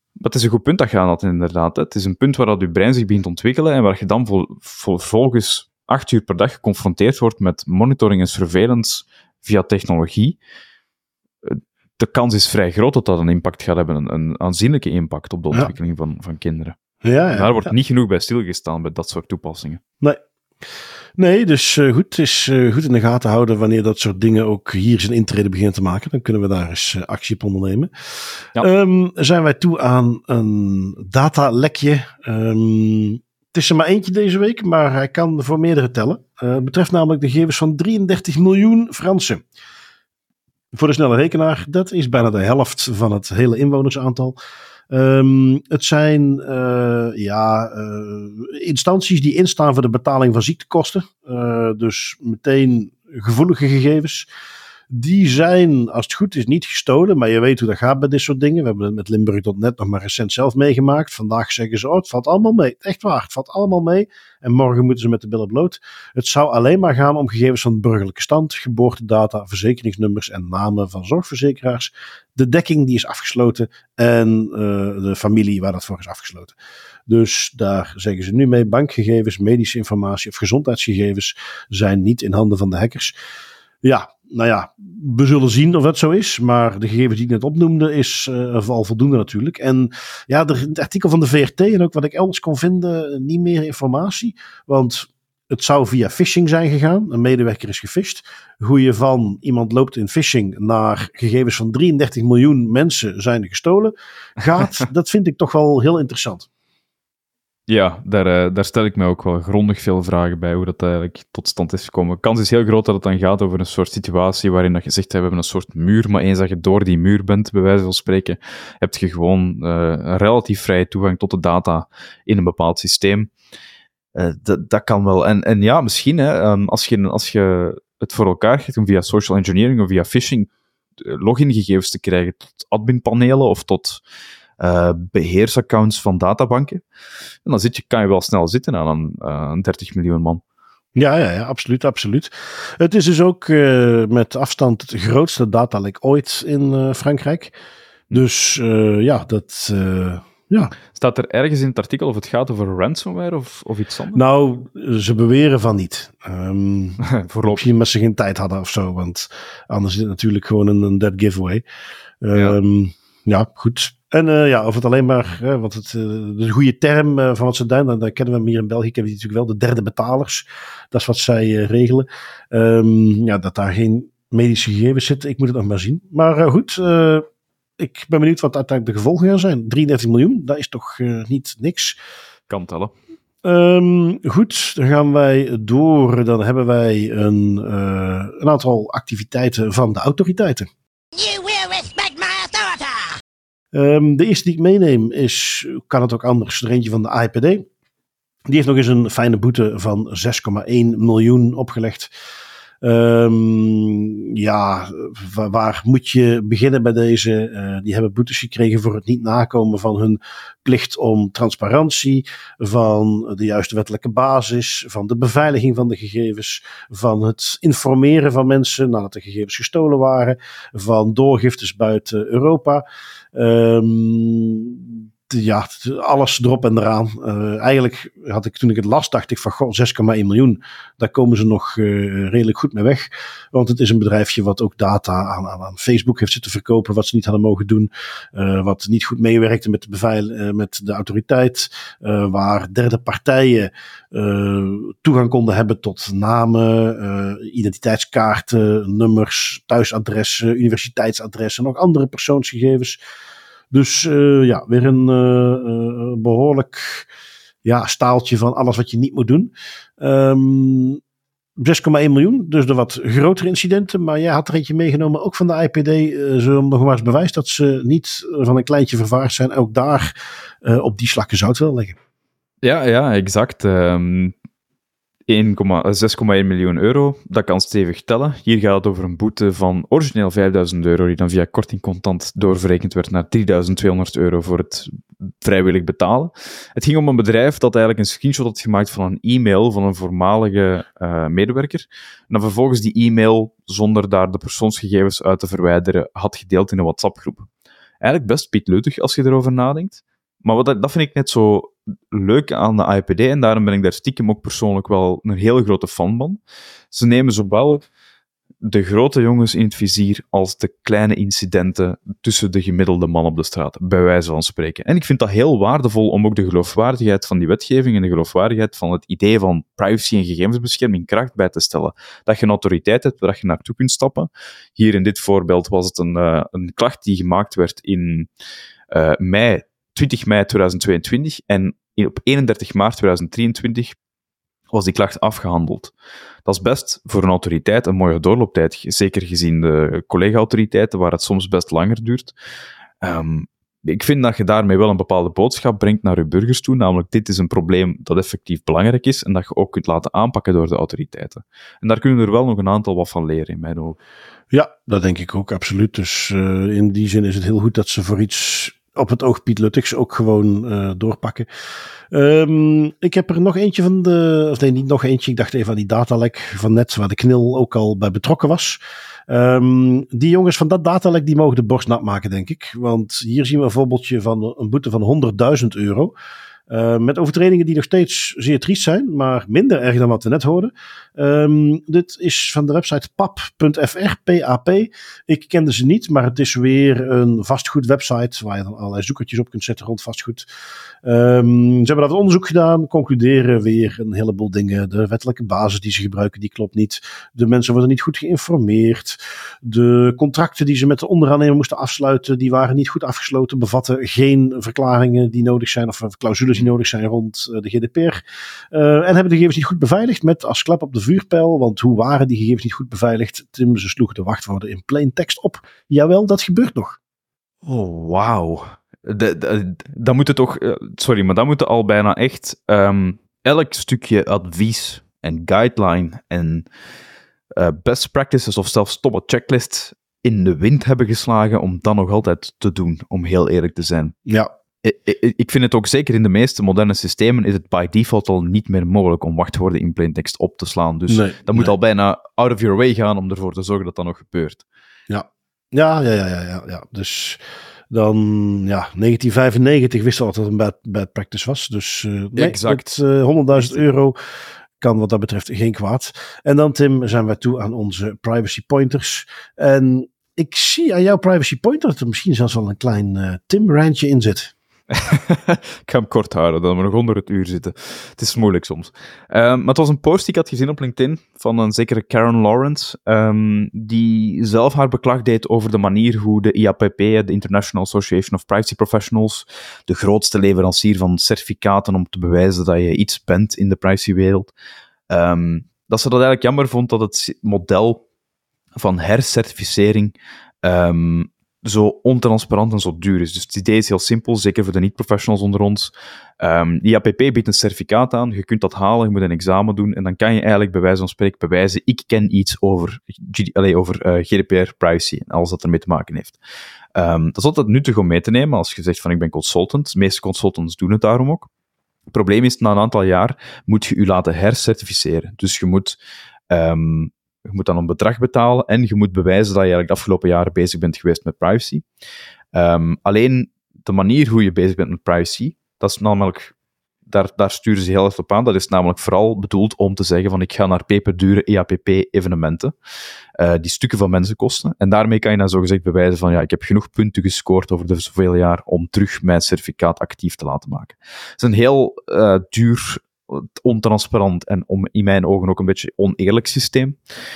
Dat is een goed punt dat je aan had, inderdaad. Hè. Het is een punt waar dat je brein zich begint te ontwikkelen en waar je dan vol, vervolgens acht uur per dag geconfronteerd wordt met monitoring en surveillance via technologie. De kans is vrij groot dat dat een impact gaat hebben, een, een aanzienlijke impact op de ontwikkeling ja. van, van kinderen. Ja, ja, Daar wordt ja. niet genoeg bij stilgestaan bij dat soort toepassingen. Nee. Nee, dus uh, goed, het is uh, goed in de gaten houden wanneer dat soort dingen ook hier zijn intrede beginnen te maken. Dan kunnen we daar eens uh, actie op ondernemen. Ja. Um, zijn wij toe aan een datalekje. Um, het is er maar eentje deze week, maar hij kan voor meerdere tellen. Uh, het betreft namelijk de gegevens van drieëndertig miljoen Fransen. Voor de snelle rekenaar, dat is bijna de helft van het hele inwonersaantal. Um, het zijn uh, ja, uh, instanties die instaan voor de betaling van ziektekosten. Uh, dus meteen gevoelige gegevens. Die zijn, als het goed is, niet gestolen. Maar je weet hoe dat gaat bij dit soort dingen. We hebben het met Limburg tot net nog maar recent zelf meegemaakt. Vandaag zeggen ze, oh, het valt allemaal mee. Echt waar, het valt allemaal mee. En morgen moeten ze met de billen bloot. Het zou alleen maar gaan om gegevens van burgerlijke stand, geboortedata, verzekeringsnummers en namen van zorgverzekeraars. De dekking die is afgesloten en uh, de familie waar dat voor is afgesloten. Dus daar zeggen ze nu mee, bankgegevens, medische informatie of gezondheidsgegevens zijn niet in handen van de hackers. Ja, nou ja, we zullen zien of dat zo is. Maar de gegevens die ik net opnoemde is uh, al voldoende natuurlijk. En ja, er, het artikel van de V R T en ook wat ik elders kon vinden, niet meer informatie. Want het zou via phishing zijn gegaan. Een medewerker is gefisht. Hoe je van iemand loopt in phishing naar gegevens van drieëndertig miljoen mensen zijn gestolen gaat, dat vind ik toch wel heel interessant. Ja, daar, uh, daar stel ik mij ook wel grondig veel vragen bij hoe dat eigenlijk tot stand is gekomen. De kans is heel groot dat het dan gaat over een soort situatie waarin dat je zegt, we hebben een soort muur, maar eens dat je door die muur bent, bij wijze van spreken, heb je gewoon uh, een relatief vrije toegang tot de data in een bepaald systeem. Uh, dat, dat kan wel. En, en ja, misschien, hè, um, als, je, als je het voor elkaar krijgt om via social engineering of via phishing uh, logingegevens te krijgen tot adminpanelen of tot Uh, beheersaccounts van databanken. En dan zit je, kan je wel snel zitten aan een, uh, een dertig miljoen man. Ja, ja, ja, absoluut, absoluut. Het is dus ook uh, met afstand het grootste datalek ooit in uh, Frankrijk. Dus uh, ja, dat... Uh, ja. Staat er ergens in het artikel of het gaat over ransomware of, of iets anders? Nou, ze beweren van niet. Um, misschien omdat ze geen tijd hadden of zo, want anders is het natuurlijk gewoon een, een dead giveaway. Um, ja. ja, goed. En uh, ja, of het alleen maar, uh, wat het, uh, de goede term uh, van wat ze doen, dan, dan kennen we hem hier in België, kennen we die natuurlijk wel, de derde betalers. Dat is wat zij uh, regelen. Um, ja, dat daar geen medische gegevens zitten, ik moet het nog maar zien. Maar uh, goed, uh, ik ben benieuwd wat uiteindelijk de gevolgen gaan zijn. drieëndertig miljoen, dat is toch uh, niet niks. Kan tellen. Um, goed, dan gaan wij door. Dan hebben wij een, uh, een aantal activiteiten van de autoriteiten. You will respect my authority! Um, de eerste die ik meeneem is, kan het ook anders, er eentje van de A I P D. Die heeft nog eens een fijne boete van zes komma één miljoen opgelegd. Um, ja, waar, waar moet je beginnen bij deze? Uh, die hebben boetes gekregen voor het niet nakomen van hun plicht om transparantie, van de juiste wettelijke basis, van de beveiliging van de gegevens, van het informeren van mensen nadat de gegevens gestolen waren, van doorgiftes buiten Europa. Um, Ja, alles erop en eraan. Uh, eigenlijk had ik toen ik het las, dacht ik van goh, zes komma één miljoen. Daar komen ze nog uh, redelijk goed mee weg. Want het is een bedrijfje wat ook data aan, aan, aan Facebook heeft zitten verkopen, wat ze niet hadden mogen doen. Uh, wat niet goed meewerkte met de, beveil, uh, met de autoriteit. Uh, waar derde partijen uh, toegang konden hebben tot namen, uh, identiteitskaarten, nummers, thuisadressen, universiteitsadressen, nog andere persoonsgegevens. Dus uh, ja, weer een uh, uh, behoorlijk ja, staaltje van alles wat je niet moet doen. Um, zes komma één miljoen, dus de wat grotere incidenten. Maar jij had er eentje meegenomen, ook van de I P D. Uh, zo nog maar eens bewijs dat ze niet van een kleintje vervaard zijn. Ook daar uh, op die slakken zout wil leggen. Ja, ja, exact. Um... zes komma één miljoen euro, dat kan stevig tellen. Hier gaat het over een boete van origineel vijfduizend euro, die dan via korting contant doorverrekend werd naar drieduizend tweehonderd euro voor het vrijwillig betalen. Het ging om een bedrijf dat eigenlijk een screenshot had gemaakt van een e-mail van een voormalige uh, medewerker. En dan vervolgens die e-mail, zonder daar de persoonsgegevens uit te verwijderen, had gedeeld in een WhatsApp-groep. eigenlijk best pietluttig als je erover nadenkt. Maar wat, dat vind ik net zo leuk aan de I P D, en daarom ben ik daar stiekem ook persoonlijk wel een hele grote fan van. Ze nemen zowel de grote jongens in het vizier als de kleine incidenten tussen de gemiddelde man op de straat, bij wijze van spreken. En ik vind dat heel waardevol om ook de geloofwaardigheid van die wetgeving en de geloofwaardigheid van het idee van privacy en gegevensbescherming kracht bij te stellen. Dat je een autoriteit hebt waar je naartoe kunt stappen. Hier in dit voorbeeld was het een, uh, een klacht die gemaakt werd in uh, mei, twintig mei tweeduizend tweeëntwintig en op eenendertig maart tweeduizend drieëntwintig was die klacht afgehandeld. Dat is best voor een autoriteit een mooie doorlooptijd, zeker gezien de collega-autoriteiten, waar het soms best langer duurt. Um, ik vind dat je daarmee wel een bepaalde boodschap brengt naar je burgers toe, namelijk dit is een probleem dat effectief belangrijk is en dat je ook kunt laten aanpakken door de autoriteiten. En daar kunnen we er wel nog een aantal wat van leren, in mijn ogen. Ja, dat denk ik ook, absoluut. Dus uh, in die zin is het heel goed dat ze voor iets op het oog Piet Luttigs ook gewoon uh, doorpakken. Um, ik heb er nog eentje van de... Of nee, niet nog eentje. Ik dacht even aan die datalek van net, waar de knil ook al bij betrokken was. Um, die jongens van dat datalek, die mogen de borst nat maken, denk ik. Want hier zien we een voorbeeldje van een boete van honderdduizend euro. Uh, met overtredingen die nog steeds zeer triest zijn, maar minder erg dan wat we net hoorden. Um, dit is van de website pap punt f r, P A P. Ik kende ze niet, maar het is weer een vastgoedwebsite waar je dan allerlei zoekertjes op kunt zetten rond vastgoed. Um, ze hebben dat onderzoek gedaan, concluderen weer een heleboel dingen. De wettelijke basis die ze gebruiken, die klopt niet. De mensen worden niet goed geïnformeerd. De contracten die ze met de onderaannemer moesten afsluiten, die waren niet goed afgesloten, bevatten geen verklaringen die nodig zijn, of clausules die nodig zijn rond de G D P R. Uh, en hebben de gegevens niet goed beveiligd met als klap op de vuurpijl, want hoe waren die gegevens niet goed beveiligd? Tim, ze sloegen de wachtwoorden in plain text op. Jawel, dat gebeurt nog. Oh, wauw. Dan moet het toch... Sorry, maar dan moet al bijna echt um, elk stukje advies en guideline en uh, best practices of zelfs top checklist in de wind hebben geslagen om dat nog altijd te doen, om heel eerlijk te zijn. Ja. Ik vind het ook zeker in de meeste moderne systemen is het by default al niet meer mogelijk om wachtwoorden in plaintext op te slaan. Dus nee, dat moet nee. al bijna out of your way gaan om ervoor te zorgen dat dat nog gebeurt. Ja, ja, ja, ja, ja. ja, ja. Dus dan, ja, negentien vijfennegentig wisten we dat het een bad, bad practice was. Dus uh, nee, exact. met uh, honderdduizend euro kan wat dat betreft geen kwaad. En dan, Tim, zijn wij toe aan onze privacy pointers. En ik zie aan jouw privacy pointer dat er misschien zelfs wel een klein uh, Tim-rantje in zit. Ik ga hem kort houden, dan we nog onder het uur zitten. Het is moeilijk soms. Um, maar het was een post die ik had gezien op LinkedIn van een zekere Karen Lawrence, um, die zelf haar beklag deed over de manier hoe de I A P P, de International Association of Privacy Professionals, de grootste leverancier van certificaten om te bewijzen dat je iets bent in de privacywereld, um, dat ze dat eigenlijk jammer vond dat het model van hercertificering um, zo ontransparant en zo duur is. Dus het idee is heel simpel, zeker voor de niet-professionals onder ons. Um, de I A P P biedt een certificaat aan, je kunt dat halen, je moet een examen doen, en dan kan je eigenlijk bij wijze van spreken bewijzen, ik ken iets over, G D, allez, over uh, G D P R, privacy, en alles dat ermee te maken heeft. Um, dat is altijd nuttig om mee te nemen, als je zegt van ik ben consultant. De meeste consultants doen het daarom ook. Het probleem is, na een aantal jaar moet je je laten hercertificeren. Dus je moet... Um, Je moet dan een bedrag betalen en je moet bewijzen dat je eigenlijk de afgelopen jaren bezig bent geweest met privacy. Um, alleen de manier hoe je bezig bent met privacy, dat is namelijk, daar, daar sturen ze heel erg op aan. Dat is namelijk vooral bedoeld om te zeggen van ik ga naar peperdure I A P P-evenementen, uh, die stukken van mensen kosten. En daarmee kan je dan zogezegd bewijzen van ja, ik heb genoeg punten gescoord over de zoveel jaar om terug mijn certificaat actief te laten maken. Het is een heel uh, duur, ontransparant en om, in mijn ogen ook een beetje oneerlijk systeem.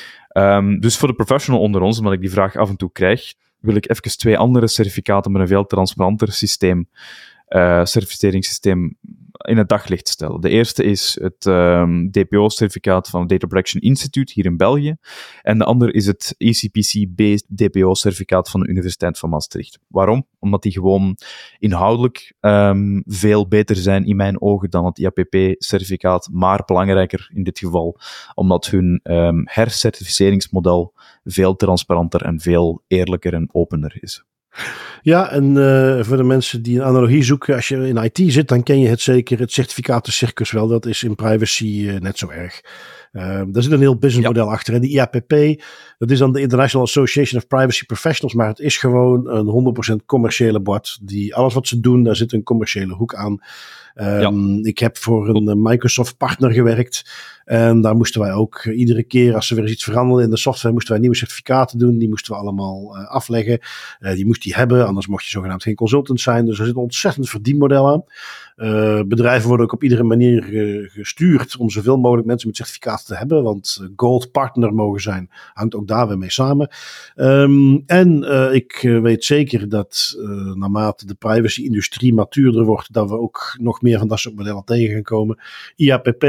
Um, dus voor de professional onder ons, omdat ik die vraag af en toe krijg, wil ik even twee andere certificaten met een veel transparanter systeem, uh, certificeringssysteem in het daglicht stellen. De eerste is het um, D P O-certificaat van het Data Protection Institute hier in België. En de andere is het E C P C-based D P O-certificaat van de Universiteit van Maastricht. Waarom? Omdat die gewoon inhoudelijk um, veel beter zijn in mijn ogen dan het I A P P-certificaat, maar belangrijker in dit geval, omdat hun um, hercertificeringsmodel veel transparanter en veel eerlijker en opener is. Ja, en uh, voor de mensen die een analogie zoeken, als je in I T zit, dan ken je het zeker, het certificatencircus wel. Dat is in privacy uh, net zo erg. Uh, daar zit een heel businessmodel ja. achter. En die I A P P, dat is dan de International Association of Privacy Professionals, maar het is gewoon een honderd procent commerciële bord. Die, alles wat ze doen, daar zit een commerciële hoek aan. Um, ja. Ik heb voor een Microsoft partner gewerkt. En daar moesten wij ook uh, iedere keer als er weer iets veranderde in de software, moesten wij nieuwe certificaten doen. Die moesten we allemaal uh, afleggen. Uh, die moest je hebben, anders mocht je zogenaamd geen consultant zijn. Dus er zit een ontzettend verdienmodel aan. Uh, bedrijven worden ook op iedere manier uh, gestuurd om zoveel mogelijk mensen met certificaten te hebben. Want uh, gold partner mogen zijn, hangt ook daar weer mee samen. Um, en uh, ik uh, weet zeker dat uh, naarmate de privacy-industrie matuurder wordt, dat we ook nog meer van dat soort modellen tegen gaan komen. I A P P,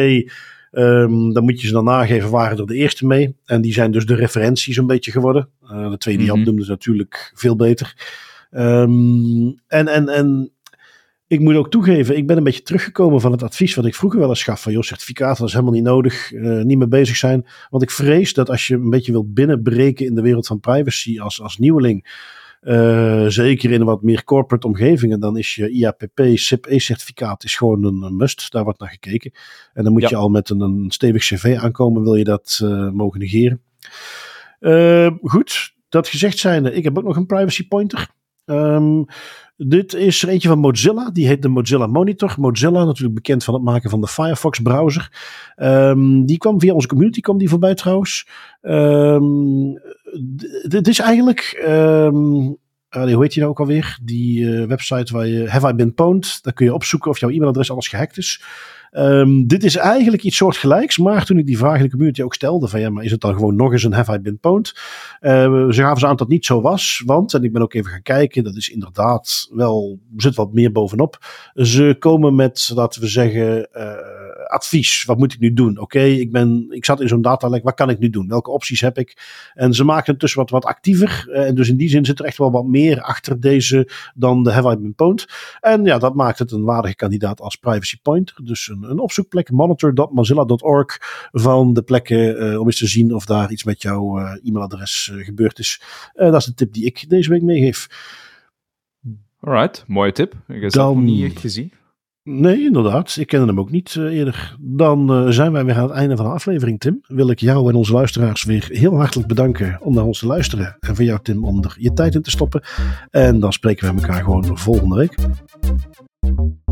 um, dan moet je ze dan nageven, waren er de eerste mee. En die zijn dus de referentie zo'n beetje geworden. Uh, de twee die mm-hmm. je opnoemde is natuurlijk veel beter. Um, en, en, en ik moet ook toegeven, ik ben een beetje teruggekomen van het advies wat ik vroeger wel eens gaf. Van joh, certificaten, dat is helemaal niet nodig. Uh, niet mee bezig zijn. Want ik vrees dat als je een beetje wilt binnenbreken in de wereld van privacy als, als nieuweling. Uh, zeker in wat meer corporate omgevingen, dan is je I A P P, S I P-E-certificaat is gewoon een, een must. Daar wordt naar gekeken. En dan moet ja. je al met een, een stevig cv aankomen, wil je dat uh, mogen negeren. Uh, goed, dat gezegd zijnde, ik heb ook nog een privacy pointer. Um, dit is er eentje van Mozilla, die heet de Mozilla Monitor. Mozilla, natuurlijk bekend van het maken van de Firefox browser. Um, die kwam via onze community, kwam die voorbij trouwens. Um, dit is eigenlijk, um, uh, hoe heet die nou ook alweer? Die uh, website waar je, Have I Been Pwned? Daar kun je opzoeken of jouw e-mailadres alles gehackt is. Um, dit is eigenlijk iets soortgelijks, maar toen ik die vraag in de community ook stelde van ja, maar is het dan gewoon nog eens een Have I Been Pwned? Uh, ze gaven ze aan dat het niet zo was, want, en ik ben ook even gaan kijken, dat is inderdaad wel, zit wat meer bovenop. Ze komen met, laten we zeggen, uh, advies. Wat moet ik nu doen? Oké, okay, ik ben, ik zat in zo'n datalek, wat kan ik nu doen? Welke opties heb ik? En ze maken het dus wat, wat actiever. Uh, en dus in die zin zit er echt wel wat meer achter deze dan de Have I Been Pwned. En ja, dat maakt het een waardige kandidaat als privacy pointer. Dus een, een opzoekplek, monitor dot mozilla dot org, van de plekken uh, om eens te zien of daar iets met jouw uh, e-mailadres uh, gebeurd is. Uh, dat is de tip die ik deze week meegeef. Alright, mooie tip. Ik heb het zelf nog niet echt gezien. Nee, inderdaad. Ik kende hem ook niet uh, eerder. Dan uh, zijn wij weer aan het einde van de aflevering, Tim. Wil ik jou en onze luisteraars weer heel hartelijk bedanken om naar ons te luisteren. En voor jou, Tim, om er je tijd in te stoppen. En dan spreken we elkaar gewoon volgende week.